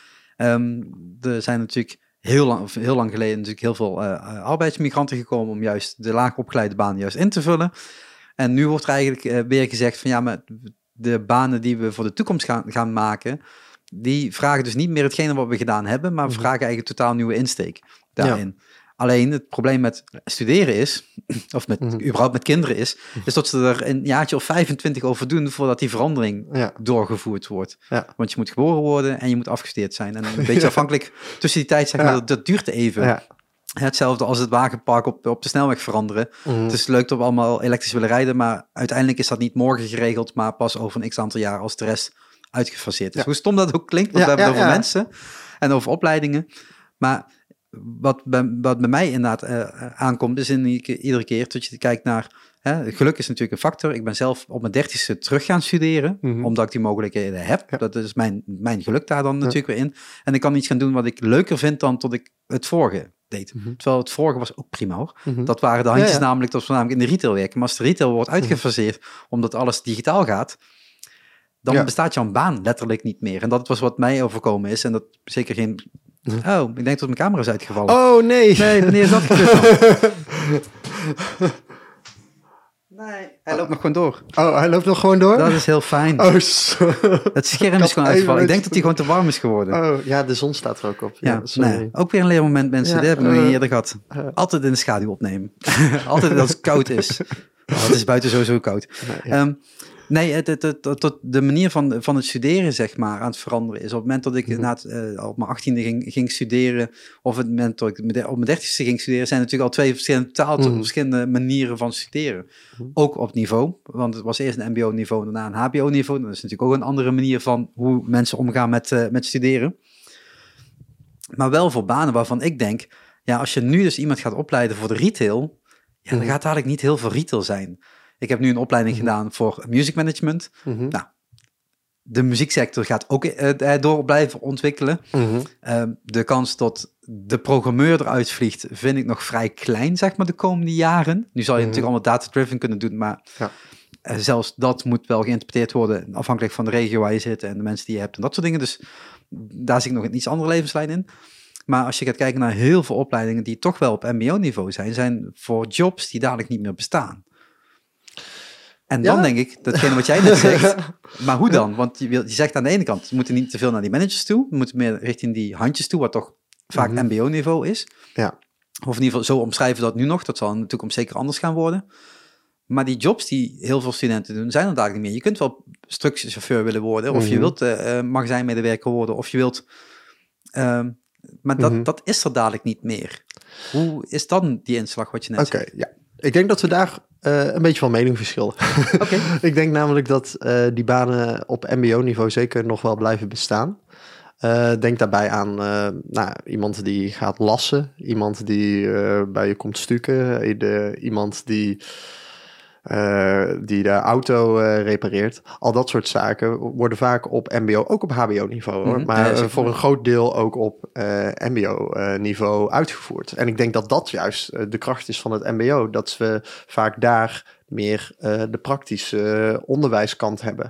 Um, er zijn natuurlijk heel lang, heel lang geleden natuurlijk heel veel uh, arbeidsmigranten gekomen om juist de laag opgeleide banen juist in te vullen. En nu wordt er eigenlijk uh, weer gezegd van ja, maar de banen die we voor de toekomst gaan, gaan maken, die vragen dus niet meer hetgene wat we gedaan hebben, maar we mm-hmm. vragen eigenlijk een totaal nieuwe insteek daarin. Ja. Alleen het probleem met studeren is, of met, mm-hmm. überhaupt met kinderen is, is dat ze er een jaartje of vijfentwintig over doen voordat die verandering ja. doorgevoerd wordt. Ja. Want je moet geboren worden en je moet afgestudeerd zijn. En een beetje afhankelijk tussen die tijd, zeg maar, ja. dat, dat duurt even. Ja. Hetzelfde als het wagenpark op, op de snelweg veranderen. Mm-hmm. Het is leuk dat we allemaal elektrisch willen rijden, maar uiteindelijk is dat niet morgen geregeld, maar pas over een x-aantal jaar als de rest uitgefaseerd is. Ja. Hoe stom dat ook klinkt, want ja, we hebben het ja, over ja. mensen en over opleidingen. Maar wat bij, wat bij mij inderdaad uh, aankomt, is in, iedere keer dat je kijkt naar... Hè, geluk is natuurlijk een factor. Ik ben zelf op mijn dertigste terug gaan studeren, mm-hmm. omdat ik die mogelijkheden heb. Ja. Dat is mijn, mijn geluk daar dan ja. natuurlijk weer in. En ik kan iets gaan doen wat ik leuker vind dan tot ik het vorige deed. Mm-hmm. Terwijl het vorige was ook prima hoor. Mm-hmm. Dat waren de handjes ja, ja. namelijk, dat was voornamelijk in de retail werken. Maar als de retail wordt uitgefaseerd, mm-hmm. omdat alles digitaal gaat... dan Ja. bestaat jouw baan letterlijk niet meer. En dat was wat mij overkomen is. En dat zeker geen... Oh, ik denk dat mijn camera is uitgevallen. Oh, nee. Nee, wanneer is dat gebeurd dan? Nee, hij loopt nog gewoon door. Oh, hij loopt nog gewoon door? Dat is heel fijn. Oh, zo. Het scherm Ik is gewoon had uitgevallen. Ik even denk dat hij gewoon te warm is geworden. Oh, ja, de zon staat er ook op. Ja, Ja, sorry. nee, ook weer een leermoment, mensen. Ja, Dit hebben we nog uh, niet eerder gehad. uh. Altijd in de schaduw opnemen. Altijd als het koud is. Oh, het is buiten sowieso koud. Nee, ja. Um, nee, het, het, het, het, het- de manier van, van het studeren, zeg maar, aan het veranderen is. Op het moment dat ik Mhm. na het, uh, op mijn achttiende ging, ging studeren, of het moment dat ik op mijn dertigste ging studeren, zijn natuurlijk al twee verschillende, totaal Mhm. verschillende manieren van studeren. Mhm. Ook op niveau, want het was eerst een M B O-niveau, daarna een H B O-niveau. Dat is natuurlijk ook een andere manier van hoe mensen omgaan met, uh, met studeren. Maar wel voor banen waarvan ik denk, ja, als je nu dus iemand gaat opleiden voor de retail, ja, dan Mhm. gaat eigenlijk niet heel veel retail zijn. Ik heb nu een opleiding Mhm. gedaan voor music management. Mhm. Nou, de muzieksector gaat ook uh, door blijven ontwikkelen. Mhm. Uh, de kans dat de programmeur eruit vliegt, vind ik nog vrij klein, zeg maar, de komende jaren. Nu zal je Mhm. natuurlijk allemaal data-driven kunnen doen, maar Ja. uh, zelfs dat moet wel geïnterpreteerd worden, afhankelijk van de regio waar je zit en de mensen die je hebt en dat soort dingen. Dus daar zie ik nog een iets andere levenslijn in. Maar als je gaat kijken naar heel veel opleidingen die toch wel op M B O-niveau zijn, zijn voor jobs die dadelijk niet meer bestaan. En dan Ja? denk ik, datgene wat jij net zegt, maar hoe dan? Want je, wil, je zegt aan de ene kant, we moeten niet te veel naar die managers toe, we moeten meer richting die handjes toe, wat toch vaak Mhm. M B O-niveau is. Ja. Of in ieder geval, zo omschrijven we dat nu nog, dat zal in de toekomst zeker anders gaan worden. Maar die jobs die heel veel studenten doen, zijn er dadelijk niet meer. Je kunt wel structuurchauffeur willen worden, of je Mhm. wilt uh, magazijnmedewerker worden, of je wilt... Uh, maar dat, Mhm. dat is er dadelijk niet meer. Hoe is dan die inslag wat je net Oké, zei? ja. Ik denk dat we daar uh, een beetje van mening verschillen. Oké. Ik denk namelijk dat uh, die banen op M B O-niveau zeker nog wel blijven bestaan. Uh, denk daarbij aan uh, nou, iemand die gaat lassen, iemand die uh, bij je komt stukken, de, iemand die, uh, die de auto uh, repareert. Al dat soort zaken worden vaak op M B O, ook op H B O-niveau, hoor, Mm-hmm. maar ja, uh, voor een groot deel ook op uh, M B O-niveau uitgevoerd. En ik denk dat dat juist uh, de kracht is van het M B O, dat we vaak daar meer uh, de praktische uh, onderwijskant hebben.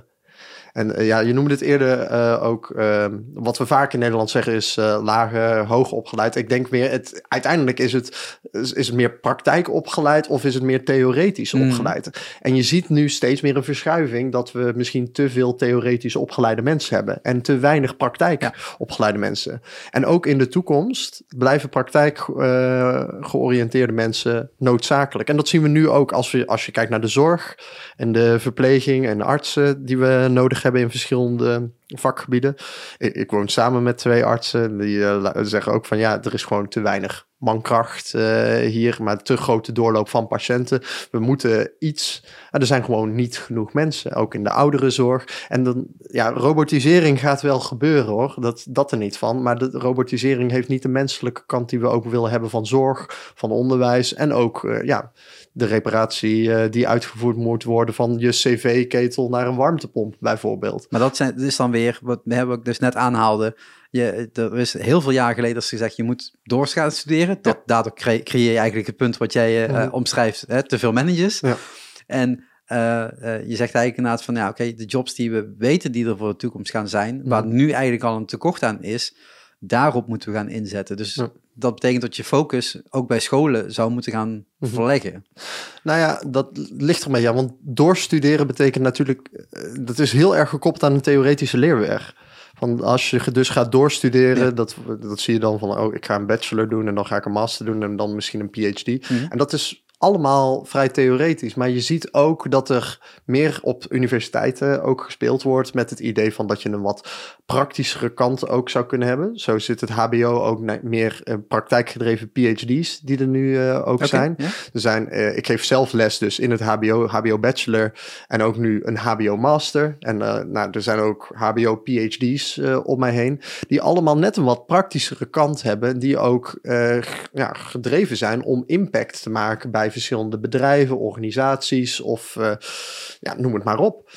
En uh, ja, je noemde het eerder uh, ook, uh, wat we vaak in Nederland zeggen is uh, lage, hoog opgeleid. Ik denk meer, het, uiteindelijk is het, is, is het meer praktijk opgeleid of is het meer theoretisch Mm. opgeleid? En je ziet nu steeds meer een verschuiving dat we misschien te veel theoretisch opgeleide mensen hebben en te weinig praktijk Ja. opgeleide mensen. En ook in de toekomst blijven praktijk uh, georiënteerde mensen noodzakelijk. En dat zien we nu ook als, we, als je kijkt naar de zorg en de verpleging en de artsen die we nodig hebben. hebben in verschillende vakgebieden. Ik, ik woon samen met twee artsen. Die uh, zeggen ook van ja, er is gewoon te weinig mankracht uh, hier, maar te grote doorloop van patiënten. We moeten iets... Uh, er zijn gewoon niet genoeg mensen, ook in de ouderenzorg. En dan, ja, robotisering gaat wel gebeuren hoor, dat, dat er niet van. Maar de robotisering heeft niet de menselijke kant die we ook willen hebben van zorg, van onderwijs en ook, uh, ja, de reparatie uh, die uitgevoerd moet worden van je cv-ketel naar een warmtepomp bijvoorbeeld. Maar dat, zijn, dat is dan weer, wat we hebben ook dus net aanhaalde. Je, er is heel veel jaar geleden als gezegd, je moet door gaan studeren. Dat, ja. Daardoor cre- creëer je eigenlijk het punt wat jij uh, mm. omschrijft, hè, te veel managers. Ja. En uh, uh, je zegt eigenlijk inderdaad van, ja, oké, okay, de jobs die we weten die er voor de toekomst gaan zijn, mm. waar nu eigenlijk al een tekort aan is, daarop moeten we gaan inzetten. Dus ja. dat betekent dat je focus ook bij scholen zou moeten gaan mm-hmm. verleggen. Nou ja, dat ligt er mee, ja, want doorstuderen betekent natuurlijk, dat is heel erg gekoppeld aan een theoretische leerweg. Van als je dus gaat doorstuderen, ja. dat, dat zie je dan van, oh, ik ga een bachelor doen en dan ga ik een master doen en dan misschien een P H D. Mm-hmm. En dat is allemaal vrij theoretisch, maar je ziet ook dat er meer op universiteiten ook gespeeld wordt met het idee van dat je een wat praktischere kant ook zou kunnen hebben. Zo zit het H B O ook ne- meer uh, praktijkgedreven P H D's die er nu uh, ook okay, zijn. Ja. Er zijn uh, ik geef zelf les dus in het H B O, H B O Bachelor en ook nu een H B O Master. En uh, nou, er zijn ook H B O P H D's uh, om mij heen, die allemaal net een wat praktischere kant hebben, die ook uh, g- ja, gedreven zijn om impact te maken bij verschillende bedrijven, organisaties of uh, ja, noem het maar op.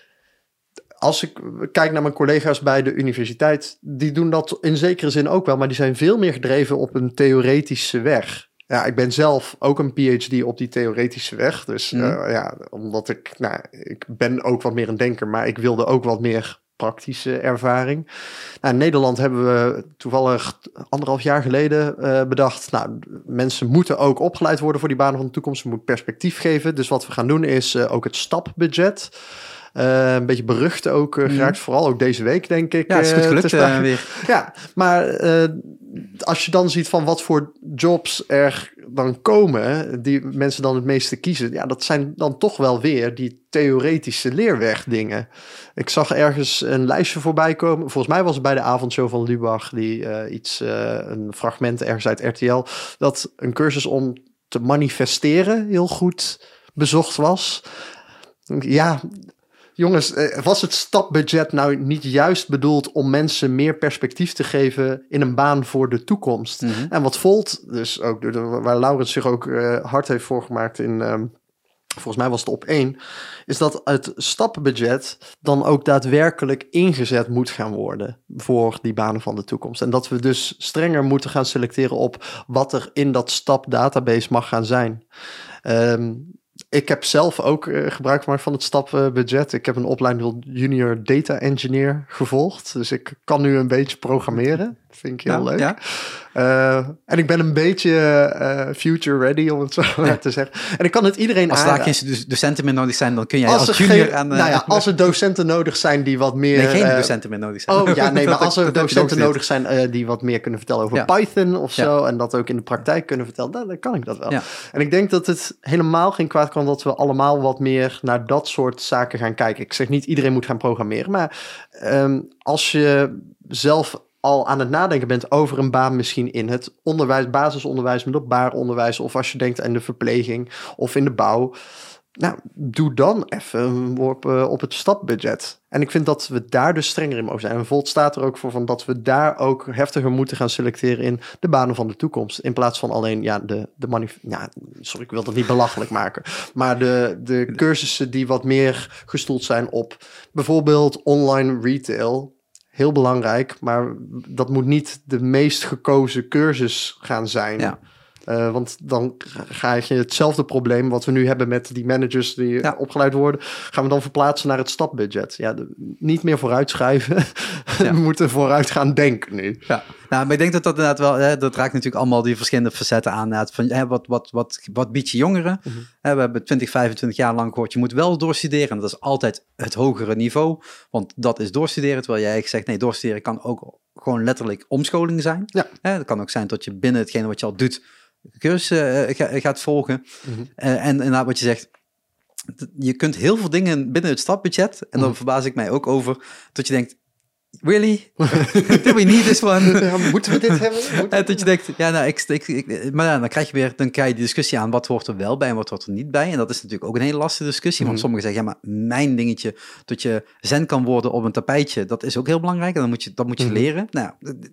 Als ik kijk naar mijn collega's bij de universiteit, die doen dat in zekere zin ook wel, maar die zijn veel meer gedreven op een theoretische weg. Ja, ik ben zelf ook een P H D op die theoretische weg. Dus mm. uh, ja, omdat ik, nou, ik ben ook wat meer een denker, maar ik wilde ook wat meer praktische ervaring. Nou, in Nederland hebben we toevallig anderhalf jaar geleden uh, bedacht, nou, mensen moeten ook opgeleid worden voor die banen van de toekomst. Ze moeten perspectief geven. Dus wat we gaan doen is uh, ook het stapbudget. Uh, een beetje berucht ook uh, geraakt, mm. vooral ook deze week, denk ik. Ja, het is goed gelukt uh, weer. Ja, maar uh, als je dan ziet van wat voor jobs er dan komen, die mensen dan het meeste kiezen, ja, dat zijn dan toch wel weer die theoretische leerwegdingen. Ik zag ergens een lijstje voorbij komen. Volgens mij was het bij de avondshow van Lubach, die uh, iets, uh, een fragment ergens uit R T L, dat een cursus om te manifesteren heel goed bezocht was. Ja, jongens, was het stapbudget nou niet juist bedoeld om mensen meer perspectief te geven in een baan voor de toekomst? Mm-hmm. En wat Volt, dus ook waar Laurens zich ook uh, hard heeft voorgemaakt in, um, volgens mij was het op één, is dat het stapbudget dan ook daadwerkelijk ingezet moet gaan worden voor die banen van de toekomst. En dat we dus strenger moeten gaan selecteren op wat er in dat stapdatabase mag gaan zijn. Um, Ik heb zelf ook uh, gebruik gemaakt van het stapbudget. Ik heb een opleiding tot junior data engineer gevolgd. Dus ik kan nu een beetje programmeren. Dat vind ik heel ja, leuk. Ja. Uh, en ik ben een beetje uh, future ready, om het zo maar ja. te zeggen. En ik kan het iedereen Als aanraden. Als er geen docenten meer nodig zijn, dan kun jij als, als junior geen, aan... Uh, nou ja, als er docenten nodig zijn die wat meer... Nee, geen uh, docenten meer nodig zijn. Oh ja, nee, maar als er docenten nodig zijn uh, die wat meer kunnen vertellen over ja. Python of zo... Ja. en dat ook in de praktijk kunnen vertellen, dan, dan kan ik dat wel. Ja. En ik denk dat het helemaal geen kwaad kan dat we allemaal wat meer naar dat soort zaken gaan kijken. Ik zeg niet iedereen moet gaan programmeren, maar um, als je zelf al aan het nadenken bent over een baan misschien in het onderwijs, basisonderwijs, middelbaar onderwijs, of als je denkt aan de verpleging of in de bouw, nou, doe dan even een worp uh, op het stapbudget. En ik vind dat we daar dus strenger in mogen zijn. En Volt staat er ook voor van dat we daar ook heftiger moeten gaan selecteren in de banen van de toekomst. In plaats van alleen, ja, de, de manif- ja, sorry, ik wil dat niet belachelijk maken. Maar de, de cursussen die wat meer gestoeld zijn op bijvoorbeeld online retail. Heel belangrijk, maar dat moet niet de meest gekozen cursus gaan zijn. Ja. Uh, want dan ga je hetzelfde probleem wat we nu hebben met die managers die ja. opgeleid worden, gaan we dan verplaatsen naar het stapbudget. Ja, de, niet meer vooruitschuiven. Ja. We moeten vooruit gaan denken nu. Ja, nou, maar ik denk dat dat inderdaad wel, hè, dat raakt natuurlijk allemaal die verschillende facetten aan. Van, hè, wat, wat, wat, wat biedt je jongeren? Mm-hmm. Hè, we hebben twintig, vijfentwintig jaar lang gehoord, je moet wel doorstuderen. En dat is altijd het hogere niveau, want dat is doorstuderen. Terwijl jij zegt, nee, doorstuderen kan ook gewoon letterlijk omscholing zijn. Ja. Hè, dat kan ook zijn dat je binnen hetgene wat je al doet, cursus uh, ga, gaat volgen. Mm-hmm. Uh, en inderdaad wat je zegt, je kunt heel veel dingen binnen het stapbudget, en dan mm-hmm. verbaas ik mij ook over, dat je denkt, really? Do we need this one? Ja, moeten we dit hebben? Moeten en dat je denkt, ja, nou, ik, ik, ik, maar ja, dan krijg je weer, dan krijg je die discussie aan, wat hoort er wel bij en wat hoort er niet bij. En dat is natuurlijk ook een hele lastige discussie, mm-hmm. want sommigen zeggen, ja, maar mijn dingetje, dat je zen kan worden op een tapijtje, dat is ook heel belangrijk en dan moet je, dat moet je mm-hmm. leren. Nou,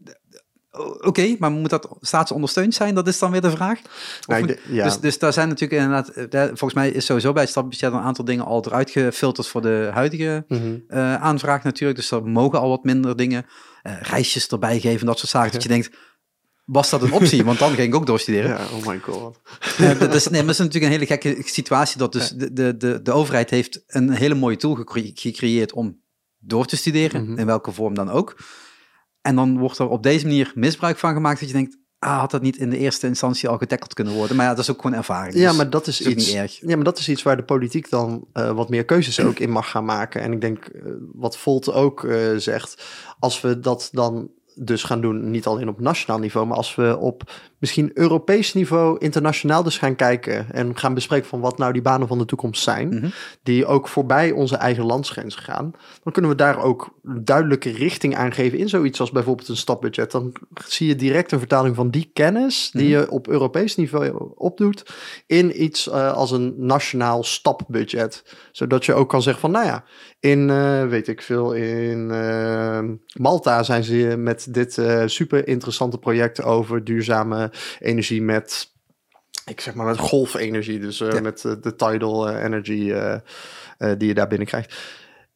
Oké, okay, maar moet dat staatsondersteund zijn? Dat is dan weer de vraag. Nee, de, ja. dus, dus daar zijn natuurlijk inderdaad, volgens mij is sowieso bij het stapbudget een aantal dingen al eruit gefilterd voor de huidige mm-hmm. uh, aanvraag natuurlijk. Dus er mogen al wat minder dingen, uh, reisjes erbij geven, dat soort zaken. Ja. Dat je denkt, was dat een optie? Want dan ging ik ook doorstuderen. Ja, oh my god. Uh, dat, is, nee, maar dat is natuurlijk een hele gekke situatie. Dat dus ja. de, de, de, de overheid heeft een hele mooie tool gecre- gecreëerd om door te studeren, mm-hmm. in welke vorm dan ook. En dan wordt er op deze manier misbruik van gemaakt dat je denkt, ah, had dat niet in de eerste instantie al getackeld kunnen worden? Maar ja, dat is ook gewoon ervaring. Ja, dus maar dat is, is iets. Niet erg. Ja, maar dat is iets waar de politiek dan uh, wat meer keuzes ook in mag gaan maken. En ik denk, uh, wat Volt ook uh, zegt, als we dat dan dus gaan doen, niet alleen op nationaal niveau, maar als we op misschien Europees niveau internationaal dus gaan kijken en gaan bespreken van wat nou die banen van de toekomst zijn, mm-hmm. die ook voorbij onze eigen landsgrenzen gaan, dan kunnen we daar ook een duidelijke richting aangeven in zoiets als bijvoorbeeld een stapbudget. Dan zie je direct een vertaling van die kennis die mm-hmm. je op Europees niveau opdoet in iets uh, als een nationaal stapbudget. Zodat je ook kan zeggen van, nou ja, in, uh, weet ik veel, in uh, Malta zijn ze met dit uh, super interessante project over duurzame energie met, ik zeg maar met golfenergie, dus uh, ja. met uh, de tidal uh, energy uh, uh, die je daar binnen krijgt.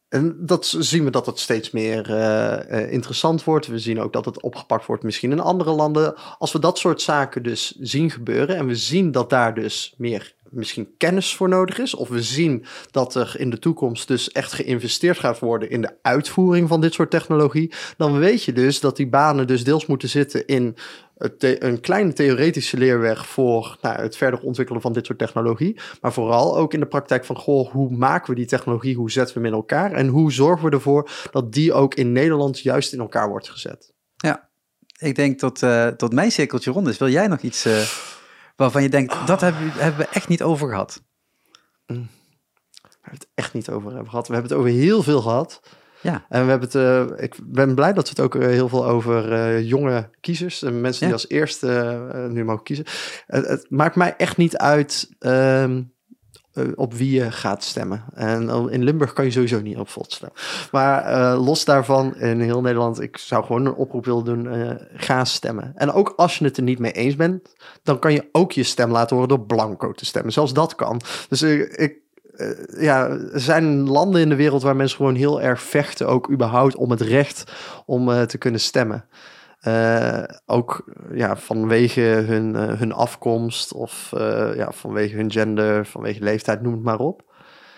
En dat zien we dat het steeds meer uh, uh, interessant wordt. We zien ook dat het opgepakt wordt misschien in andere landen. Als we dat soort zaken dus zien gebeuren en we zien dat daar dus meer misschien kennis voor nodig is, of we zien dat er in de toekomst dus echt geïnvesteerd gaat worden in de uitvoering van dit soort technologie, dan weet je dus dat die banen dus deels moeten zitten in The- een kleine theoretische leerweg voor nou, het verder ontwikkelen van dit soort technologie. Maar vooral ook in de praktijk van, goh, hoe maken we die technologie? Hoe zetten we hem in elkaar? En hoe zorgen we ervoor dat die ook in Nederland juist in elkaar wordt gezet? Ja, ik denk dat, uh, dat mijn cirkeltje rond is. Wil jij nog iets uh, waarvan je denkt, oh. dat hebben, hebben we echt niet over gehad? Mm. We hebben het echt niet over hebben gehad. We hebben het over heel veel gehad. Ja. En we hebben het, uh, ik ben blij dat we het ook uh, heel veel over uh, jonge kiezers en mensen die ja. als eerste uh, nu mogen kiezen. Uh, het maakt mij echt niet uit uh, uh, op wie je gaat stemmen. En uh, in Limburg kan je sowieso niet op Volt stemmen. Maar uh, los daarvan, in heel Nederland, ik zou gewoon een oproep willen doen, uh, ga stemmen. En ook als je het er niet mee eens bent, dan kan je ook je stem laten horen door blanco te stemmen. Zelfs dat kan. Dus uh, ik Uh, ja, er zijn landen in de wereld waar mensen gewoon heel erg vechten, ook überhaupt om het recht om uh, te kunnen stemmen. Uh, ook ja, vanwege hun, uh, hun afkomst of uh, ja, vanwege hun gender, vanwege leeftijd, noem het maar op.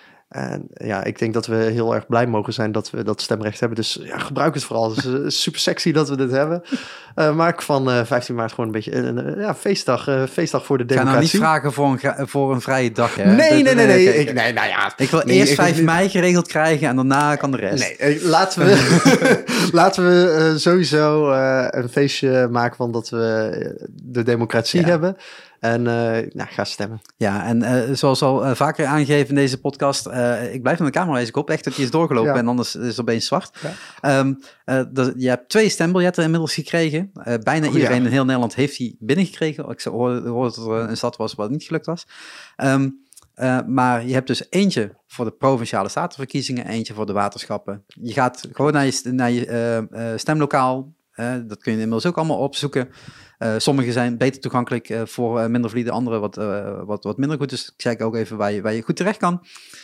En ja, ik denk dat we heel erg blij mogen zijn dat we dat stemrecht hebben. Dus ja, gebruik het vooral. Het is uh, super sexy dat we dit hebben. Uh, maak van uh, vijftien maart gewoon een beetje een uh, ja, feestdag, uh, feestdag voor de democratie. Ik ga nou niet vragen voor een, voor een vrije dag. Hè? Nee, nee, nee. nee, nee. Okay. Ik, nee nou ja, ik wil nee, eerst ik, vijf ik, mei geregeld krijgen en daarna kan de rest. Nee, laten we, laten we uh, sowieso uh, een feestje maken van dat we de democratie ja. hebben. En uh, nou, ga stemmen. Ja, en uh, zoals al uh, vaker aangegeven in deze podcast, uh, ik blijf van de camera eens op, echt dat die is doorgelopen ja. en anders is het opeens zwart. Ja. Um, uh, dat, je hebt twee stembiljetten inmiddels gekregen. Uh, bijna oh, iedereen ja. in heel Nederland heeft die binnengekregen. Ik hoorde, hoorde dat er een stad was waar het niet gelukt was. Um, uh, maar je hebt dus eentje voor de provinciale statenverkiezingen, eentje voor de waterschappen. Je gaat gewoon naar je, naar je uh, uh, stemlokaal. Uh, dat kun je inmiddels ook allemaal opzoeken. Uh, sommige zijn beter toegankelijk uh, voor uh, minder valide, andere wat, uh, wat, wat minder goed. Dus ik zeg ook even waar je, waar je goed terecht kan.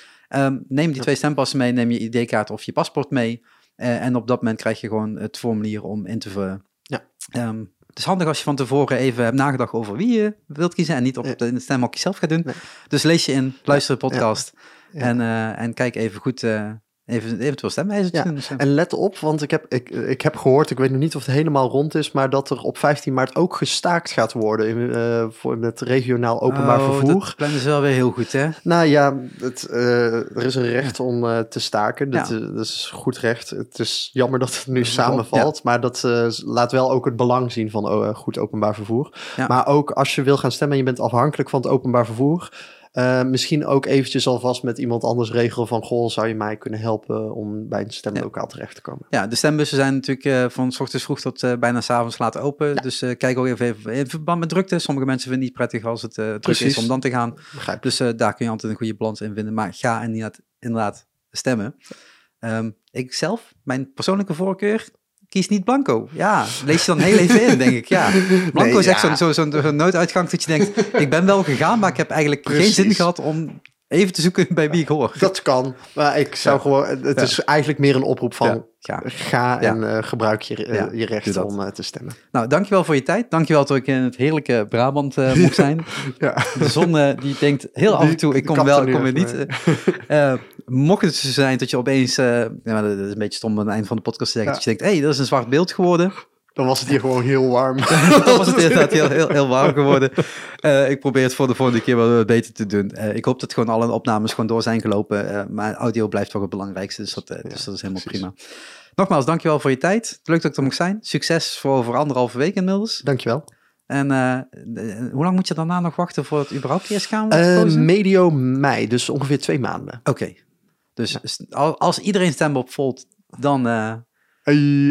Um, neem die twee stempassen mee, neem je I D-kaart of je paspoort mee. Uh, en op dat moment krijg je gewoon het formulier om in te vullen. Ja. Um, het is handig als je van tevoren even hebt nagedacht over wie je wilt kiezen en niet op de, in het stemhokje zelf gaat doen. Nee. Dus lees je in, luister de podcast ja. Ja. En, uh, en kijk even goed... Uh, Even eventueel stemwijzertje ja. doen. En let op, want ik heb, ik, ik heb gehoord, ik weet nog niet of het helemaal rond is, maar dat er op vijftien maart ook gestaakt gaat worden in, uh, voor het regionaal openbaar oh, vervoer. Dat plannen ze wel weer heel goed, hè? Nou ja, het, uh, er is een recht om uh, te staken. Dat, ja. uh, dat is goed recht. Het is jammer dat het nu samenvalt, ja. maar dat uh, laat wel ook het belang zien van uh, goed openbaar vervoer. Ja. Maar ook als je wil gaan stemmen en je bent afhankelijk van het openbaar vervoer, Uh, misschien ook eventjes alvast met iemand anders regelen van, goh, zou je mij kunnen helpen om bij een stemlokaal ja. terecht te komen? Ja, de stembussen zijn natuurlijk uh, van 's ochtends vroeg tot uh, bijna 's avonds laat open. Ja. Dus uh, kijk ook even, even in verband met drukte. Sommige mensen vinden het niet prettig als het uh, druk Precies. is om dan te gaan. Begrijp. Dus uh, daar kun je altijd een goede balans in vinden. Maar ga inderdaad, inderdaad stemmen. Um, ik zelf, mijn persoonlijke voorkeur, kies niet blanco. Ja, lees je dan heel even in, denk ik. Ja. Blanco nee, is echt ja. zo'n zo, zo, zo nooduitgang dat je denkt, ik ben wel gegaan, maar ik heb eigenlijk Precies. geen zin gehad om even te zoeken bij wie ik hoor. Dat kan, maar ik zou ja. gewoon... Het ja. is eigenlijk meer een oproep van, ja. Ja. ga en ja. uh, gebruik je, uh, ja. je recht om uh, te stemmen. Nou, dankjewel voor je tijd. Dankjewel dat ik in het heerlijke Brabant uh, mocht zijn. ja. De zon uh, die denkt heel die, af en toe, ik kom wel, ik kom weer niet. Uh, mocht het zo zijn dat je opeens... Uh, ja, dat is een beetje stom aan het eind van de podcast te zeggen, ja. dat je denkt, hé, hey, dat is een zwart beeld geworden. Dan was het hier gewoon heel warm. Dan was het inderdaad heel, heel, heel warm geworden. Uh, ik probeer het voor de volgende keer wel beter te doen. Uh, ik hoop dat gewoon alle opnames gewoon door zijn gelopen. Uh, maar audio blijft toch het belangrijkste. Dus dat, uh, ja, dus dat is helemaal precies. prima. Nogmaals, dankjewel voor je tijd. Leuk dat ik er mocht zijn. Succes voor over anderhalve week inmiddels. Dankjewel. En uh, hoe lang moet je daarna nog wachten voor het überhaupt eerst gaan? Uh, medio mei, dus ongeveer twee maanden. Oké. Okay. Dus ja. als iedereen stem op Volt, dan... Uh, Hey.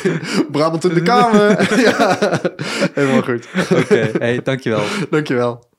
Brabant in de kamer. Ja. Helemaal goed. Oké, okay. Hey, dankjewel. Dankjewel.